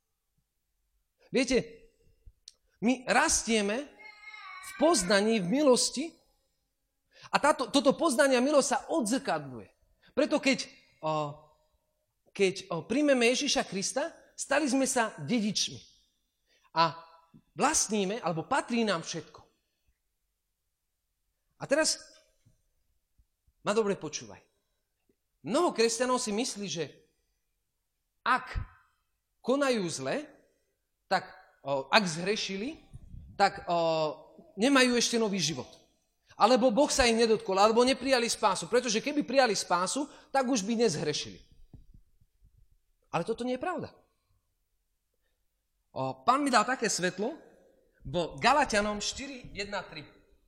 S1: Viete, my rastieme v poznaní, v milosti a toto poznanie a milosť sa odzrkadľuje. Preto keď príjmeme Ježiša Krista, stali sme sa dedičmi. A vlastníme, alebo patrí nám všetko. A teraz ma dobre počúvaj. Mnoho kresťanov si myslí, že ak konajú zle, tak ak zhrešili, tak nemajú ešte nový život. Alebo Boh sa ich nedotkol, alebo neprijali spásu. Pretože keby prijali spásu, tak už by nezhrešili. Ale toto nie je pravda. Pán mi dal také svetlo v Galatianom 4, 1, 3.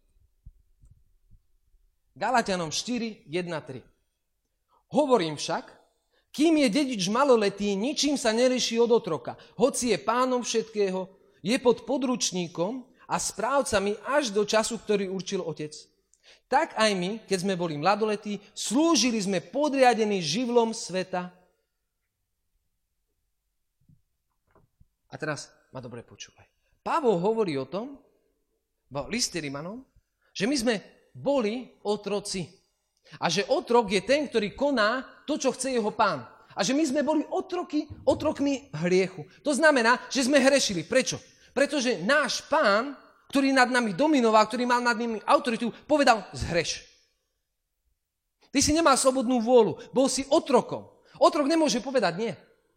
S1: Galatianom 4, 1, 3. Hovorím však, kým je dedič maloletý, ničím sa nelíši od otroka. Hoci je pánom všetkého, je pod područníkom a správcami až do času, ktorý určil otec. Tak aj my, keď sme boli mladoletí, slúžili sme podriadení živlom sveta. A teraz ma dobre počúvaj. Pavol hovorí o tom, v liste Rimanom, že my sme boli otroci. A že otrok je ten, ktorý koná to, čo chce jeho pán. A že my sme boli otrokmi hriechu. To znamená, že sme hrešili. Prečo? Pretože náš pán, ktorý nad nami dominoval, ktorý mal nad nami autoritu, povedal, zhreš. Ty si nemal slobodnú vôľu, bol si otrokom. Otrok nemôže povedať nie.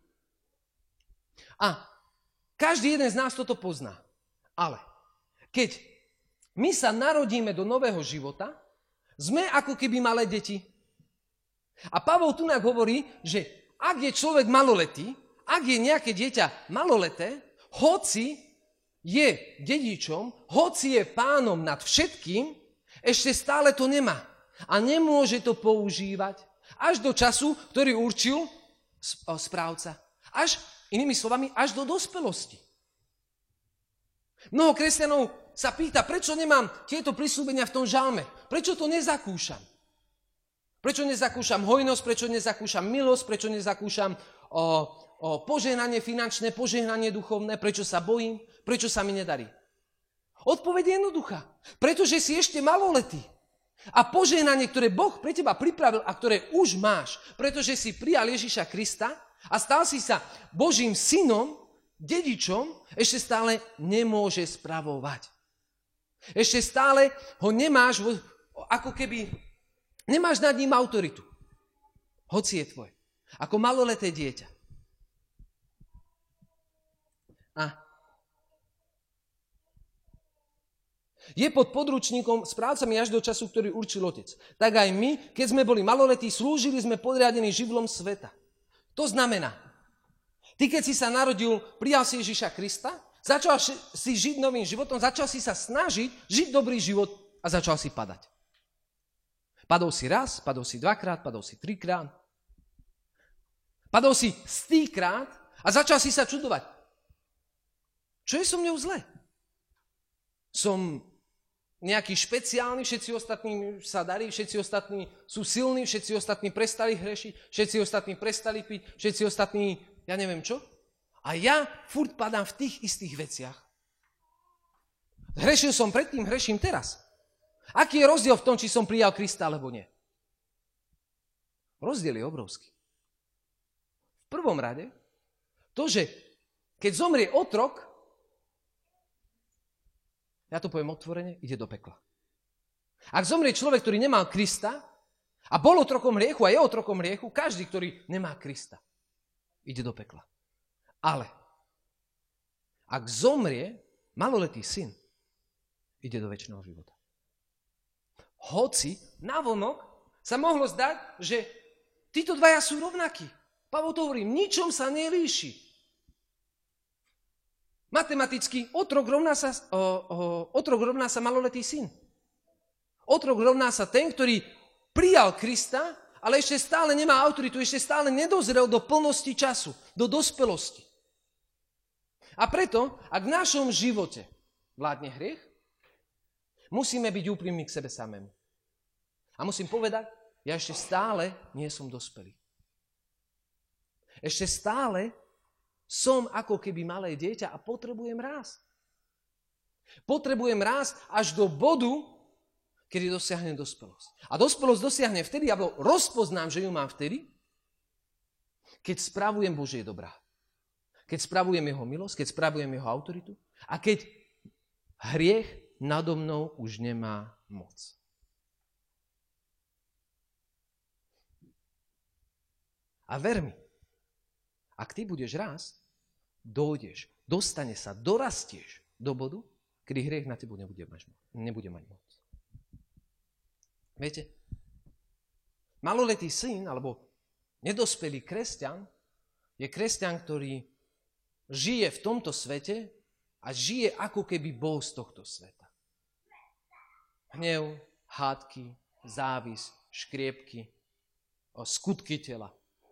S1: A každý jeden z nás toto pozná. Ale keď my sa narodíme do nového života, sme ako keby malé deti. A Pavol tunak hovorí, že ak je človek maloletý, ak je nejaké dieťa maloleté, hoci je dedičom, hoci je pánom nad všetkým, ešte stále to nemá. A nemôže to používať až do času, ktorý určil správca. Až, inými slovami, až do dospelosti. Mnoho kresťanov sa pýta, prečo nemám tieto prisľúbenia v tom žalme? Prečo to nezakúšam? Prečo nezakúšam hojnosť, prečo nezakúšam milosť, prečo nezakúšam požehnanie finančné, požehnanie duchovné, prečo sa bojím, prečo sa mi nedarí? Odpoveď je jednoduchá. Pretože si ešte maloletý. A požehnanie, ktoré Boh pre teba pripravil a ktoré už máš, pretože si prijal Ježiša Krista a stal si sa Božím synom, dedičom, ešte stále nemôže spravovať. Ešte stále ho nemáš, ako keby nemáš nad ním autoritu. Hoci je tvoj. Ako maloleté dieťa. A je pod područníkom správcami až do času, ktorý určil otec. Tak aj my, keď sme boli maloletí, slúžili sme podriadení živlom sveta. To znamená, ty keď si sa narodil, prijal si Ježiša Krista, začal si žiť novým životom, začal si sa snažiť žiť dobrý život a začal si padať. Padol si raz, padol si dvakrát, padol si trikrát. Padol si stýkrát a začal si sa čudovať. Čo je so mňou zle? Som nejaký špeciálny, všetci ostatní sa darí, všetci ostatní sú silní, všetci ostatní prestali hrešiť, všetci ostatní prestali piť, všetci ostatní, ja neviem čo. A ja furt padám v tých istých veciach. Hrešil som predtým, hreším teraz. Aký je rozdiel v tom, či som prijal Krista, alebo nie? Rozdiel je obrovský. V prvom rade, to, že keď zomrie otrok, ja to poviem otvorene, ide do pekla. Ak zomrie človek, ktorý nemal Krista a bol otrokom hriechu a je otrokom hriechu, každý, ktorý nemá Krista, ide do pekla. Ale ak zomrie maloletý syn, ide do večného života. Hoci navonok sa mohlo zdať, že títo dvaja sú rovnakí. Pavol to hovorí, ničom sa nelíši. Matematicky otrok rovná sa maloletý syn. Otrok rovná sa ten, ktorý prijal Krista, ale ešte stále nemá autoritu, ešte stále nedozrel do plnosti času, do dospelosti. A preto, ak v našom živote vládne hriech, musíme byť úprimní k sebe samému. A musím povedať, ja ešte stále nie som dospelý. Ešte stále som ako keby malé dieťa a potrebujem rásť. Potrebujem rásť až do bodu, kedy dosiahnem dospelosť. A dospelosť dosiahnem vtedy, alebo rozpoznám, že ju mám vtedy, keď spravujem Božie dobrá. Keď spravujem jeho milosť, keď spravujem jeho autoritu a keď hriech nado mnou už nemá moc. A ver mi, ak ty budeš rásť, dojdeš, dostane sa, dorastieš do bodu, kedy hriech na tebu nebude mať moc. Viete, maloletý syn, alebo nedospelý kresťan, je kresťan, ktorý žije v tomto svete a žije ako keby bol z tohto sveta. Hnev, hádky, závis, škriepky, skutky tela.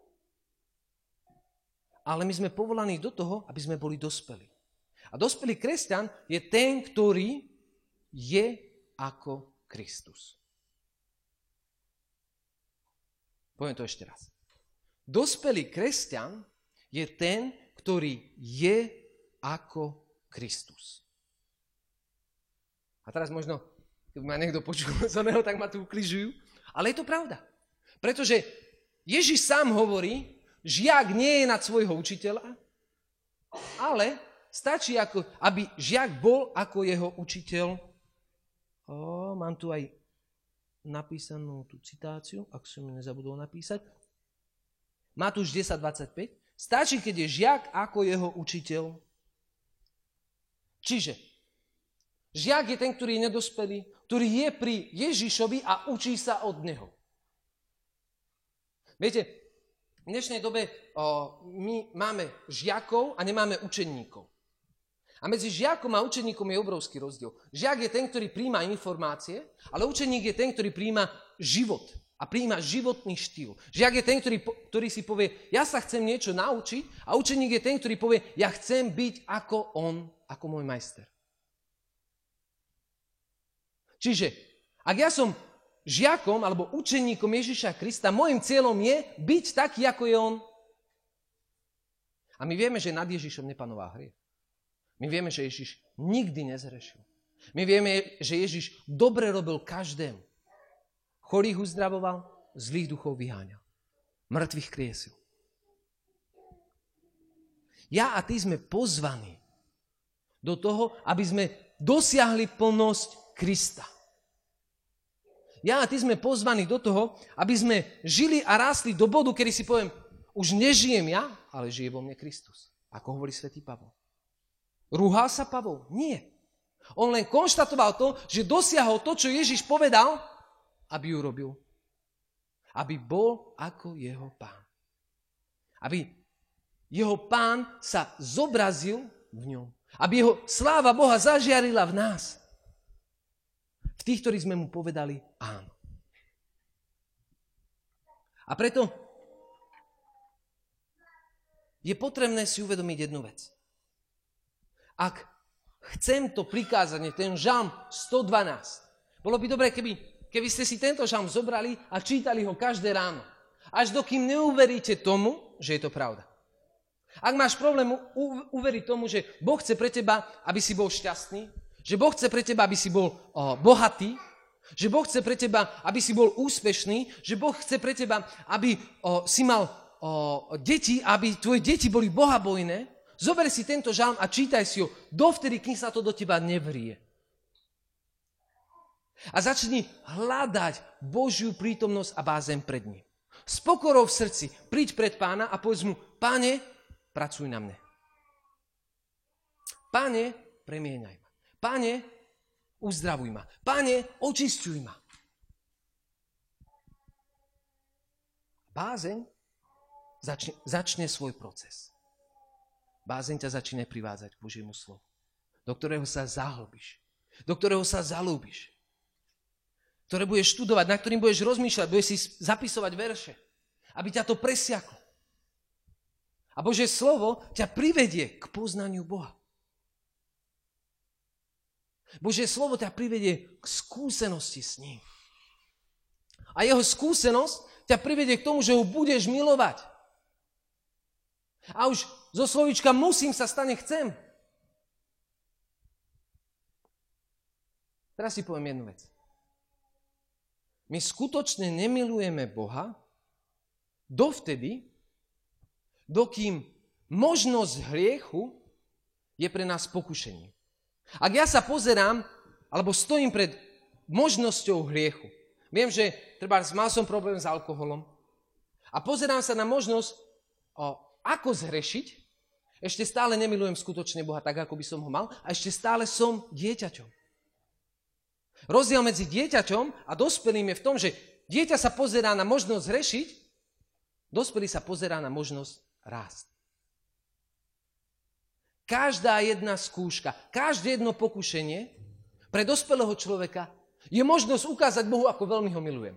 S1: Ale my sme povolaní do toho, aby sme boli dospelí. A dospelý kresťan je ten, ktorý je ako Kristus. Poviem to ešte raz. Dospelý kresťan je ten, ktorý je ako Kristus. A teraz možno, keď ma niekto počul z oného, tak ma tu ukližujú. Ale je to pravda. Pretože Ježiš sám hovorí, žiak nie je nad svojho učiteľa, ale stačí, aby žiak bol ako jeho učiteľ. Mám tu aj napísanú tú citáciu, ak som ju nezabudol napísať. Matúš 10:25. Stačí, keď je žiak ako jeho učiteľ. Čiže žiak je ten, ktorý je nedospelý, ktorý je pri Ježišovi a učí sa od neho. Viete, v dnešnej dobe my máme žiakov a nemáme učeníkov. A medzi žiakom a učeníkom je obrovský rozdiel. Žiak je ten, ktorý prijíma informácie, ale učeník je ten, ktorý prijíma život a prijíma životný štýl. Žiak je ten, ktorý si povie, ja sa chcem niečo naučiť, a učeník je ten, ktorý povie, ja chcem byť ako on, ako môj majster. Čiže, ak ja som žiakom alebo učeníkom Ježiša Krista, môjim cieľom je byť taký, ako je on. A my vieme, že nad Ježišom nepanová hriech. My vieme, že Ježiš nikdy nezhrešil. My vieme, že Ježiš dobre robil každému. Chorých uzdravoval, zlých duchov vyháňal. Mŕtvych kriesil. Ja a ty sme pozvaní do toho, aby sme dosiahli plnosť Krista. Ja a ty sme pozvaní do toho, aby sme žili a rástli do bodu, kedy si poviem, už nežijem ja, ale žije vo mne Kristus. Ako hovorí svätý Pavol. Rúhal sa Pavol? Nie. On len konštatoval to, že dosiahol to, čo Ježiš povedal, aby urobil. Aby bol ako jeho pán. Aby jeho pán sa zobrazil v ňom. Aby jeho sláva Boha zažiarila v nás. V tých, ktorí sme mu povedali áno. A preto je potrebné si uvedomiť jednu vec. Ak Chcem to prikázanie, ten žalm 112. Bolo by dobré, keby ste si tento žalm zobrali a čítali ho každé ráno. Až dokým neuveríte tomu, že je to pravda. Ak máš problém uveriť tomu, že Boh chce pre teba, aby si bol šťastný, že Boh chce pre teba, aby si bol bohatý, že Boh chce pre teba, aby si bol úspešný, že Boh chce pre teba, aby si mal deti, aby tvoje deti boli bohabojné, zober si tento žalm a čítaj si ho dovtedy, kým sa to do teba nevrie. A začni hľadať Božiu prítomnosť a bázeň pred ním. S pokorou v srdci príď pred Pána a povedz mu: Pane, pracuj na mne. Pane, premieňaj ma. Pane, uzdravuj ma. Pane, očisťuj ma. Bázeň začne svoj proces. Bázeň ťa začne privádzať k Božiemu slovu, do ktorého sa zahlbíš, do ktorého sa zalúbiš, ktoré budeš študovať, na ktorým budeš rozmýšľať, budeš si zapisovať verše, aby ťa to presiaklo. A Božie slovo ťa privedie k poznaniu Boha. Božie slovo ťa privedie k skúsenosti s ním. A jeho skúsenosť ťa privedie k tomu, že ho budeš milovať. A už zo slovíčka musím sa stane chcem. Teraz si poviem jednu vec. My skutočne nemilujeme Boha dovtedy, dokým možnosť hriechu je pre nás pokušením. Ak ja sa pozerám, alebo stojím pred možnosťou hriechu, viem, že mal som problém s alkoholom a pozerám sa na možnosť, ako zhrešiť, ešte stále nemilujem skutočne Boha tak, ako by som ho mal a ešte stále som dieťaťom. Rozdiel medzi dieťaťom a dospelým je v tom, že dieťa sa pozerá na možnosť zhrešiť, dospelý sa pozerá na možnosť rásť. Každá jedna skúška, každé jedno pokušenie pre dospelého človeka je možnosť ukázať Bohu, ako veľmi ho milujem.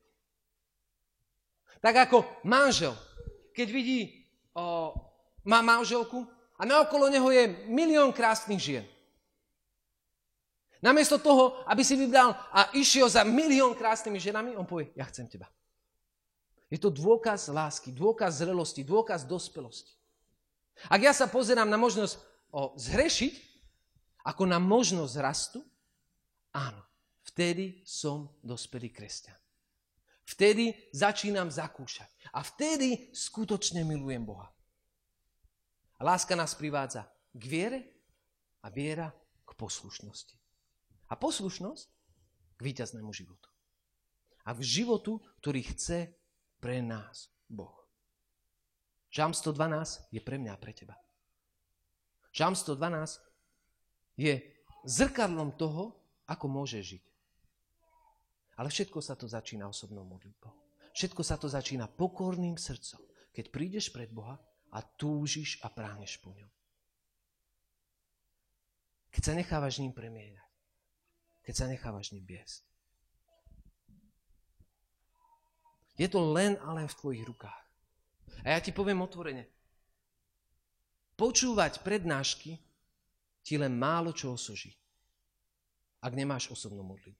S1: Tak ako manžel, keď vidí, má manželku a naokolo neho je milión krásnych žien. Namiesto toho, aby si vybral a išiel za milión krásnymi ženami, on povie: ja chcem teba. Je to dôkaz lásky, dôkaz zrelosti, dôkaz dospelosti. Ak ja sa pozerám na možnosť zhrešiť, ako na možnosť rastu, áno, vtedy som dospelý kresťan. Vtedy začínam zakúšať. A vtedy skutočne milujem Boha. A láska nás privádza k viere a viera k poslušnosti. A poslušnosť k víťaznému životu. A k životu, ktorý chce pre nás Boh. Žalm 112 je pre mňa a pre teba. Žalm 112 je zrkadlom toho, ako môže žiť. Ale všetko sa to začína osobnou modlitbou. Všetko sa to začína pokorným srdcom, keď prídeš pred Boha a túžiš a prágneš po ňom. Keď sa nechávaš ním premieňať. Keď sa nechávaš ním viesť. Je to len a len v tvojich rukách. A ja ti poviem otvorene. Počúvať prednášky ti len málo čo osoží, ak nemáš osobnú modlitbu.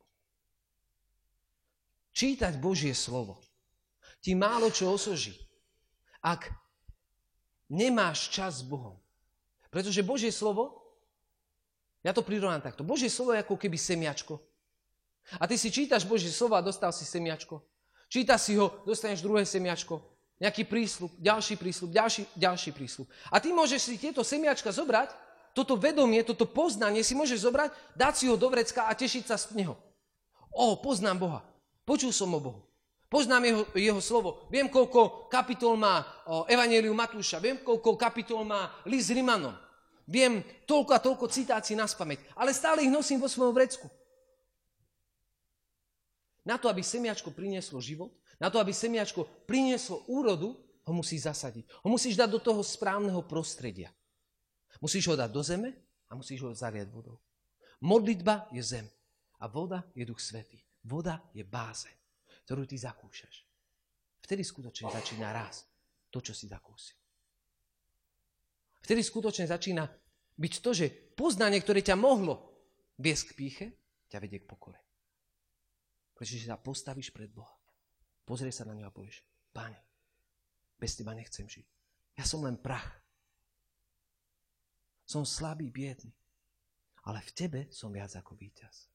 S1: Čítať Božie slovo ti málo čo osoží, ak nemáš čas s Bohom. Pretože Božie slovo, ja to prirovnám takto, Božie slovo je ako keby semiačko. A ty si čítaš Božie slovo a dostal si semiačko. Čítaš si ho, dostaneš druhé semiačko, nejaký prísľub, ďalší prísľub, ďalší prísľub. A ty môžeš si tieto semiačka zobrať, toto vedomie, toto poznanie si môžeš zobrať, dať si ho do vrecka a tešiť sa z neho. Poznám Boha. Počul som o Bohu. Poznám jeho slovo. Viem, koľko kapitol má Evanjelium Matúša. Viem, koľko kapitol má list Rimanom. Viem toľko a toľko citácií naspamäť. Ale stále ich nosím vo svojom vrecku. Na to, aby semiačko prinieslo život, na to, aby semiačko prinieslo úrodu, ho musíš zasadiť. Ho musíš dať do toho správneho prostredia. Musíš ho dať do zeme a musíš ho zaliať vodou. Modlitba je zem a voda je Duch Svätý. Voda je bázeň, ktorú ty zakúšaš. Vtedy skutočne začína rásť to, čo si zakúsil. Vtedy skutočne začína byť to, že poznanie, ktoré ťa mohlo viesť k pýche, ťa vedie k pokore. Pretože sa postavíš pred Boha. Pozrieš sa na ňo a povieš, Pane, bez teba nechcem žiť. Ja som len prach. Som slabý, biedný. Ale v tebe som viac ako víťaz.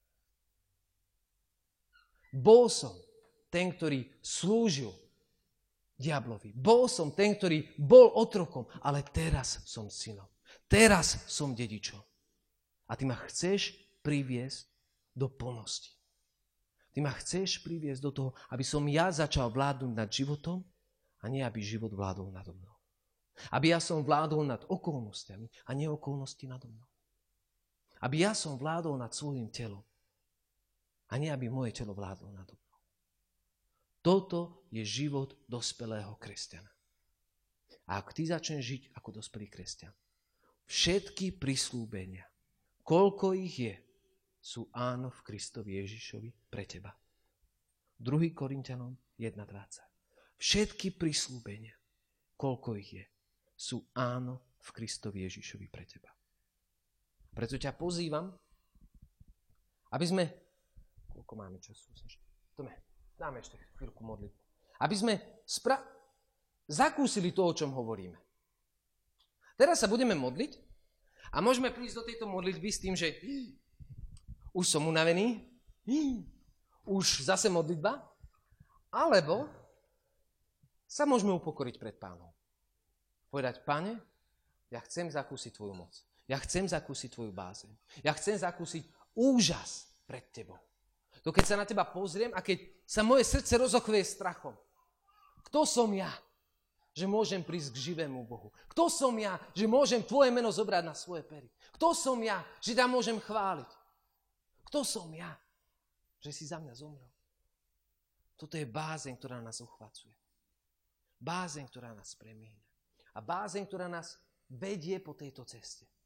S1: Bol som ten, ktorý slúžil diablovi. Bol som ten, ktorý bol otrokom, ale teraz som synom. Teraz som dedičom. A ty ma chceš priviesť do plnosti. Ty ma chceš priviesť do toho, aby som ja začal vládnuť nad životom a nie aby život vládol nado mnou. Aby ja som vládol nad okolnostiami a nie okolnosti nado mnou. Aby ja som vládol nad svojím telom a nie aby moje telo vládlo nado mnou. Toto je život dospelého kresťana. A ak ty začneš žiť ako dospelý kresťan, všetky prisľúbenia, koľko ich je, sú áno v Kristovi Ježišovi pre teba. 2. Korinťanom 1.20. Všetky prisľúbenia, koľko ich je, sú áno v Kristovi Ježišovi pre teba. Preto ťa pozývam, aby sme... Koľko máme času? Dáme ešte chvíľku modlitbu. Aby sme zakúsili to, o čom hovoríme. Teraz sa budeme modliť a môžeme prísť do tejto modlitby s tým, že už som unavený, už zase modlitba, alebo sa môžeme upokoriť pred Pánom. Povedať, Pane, ja chcem zakúsiť tvoju moc. Ja chcem zakúsiť tvoju bázeň. Ja chcem zakúsiť úžas pred tebou. To keď sa na teba pozriem a keď sa moje srdce rozochveje strachom. Kto som ja, že môžem prísť k živému Bohu? Kto som ja, že môžem tvoje meno zobrať na svoje pery? Kto som ja, že ťa môžem chváliť? Kto som ja, že si za mňa zomrel? Toto je bázeň, ktorá nás uchvacuje. Bázeň, ktorá nás premieňa. A bázeň, ktorá nás vedie po tejto ceste.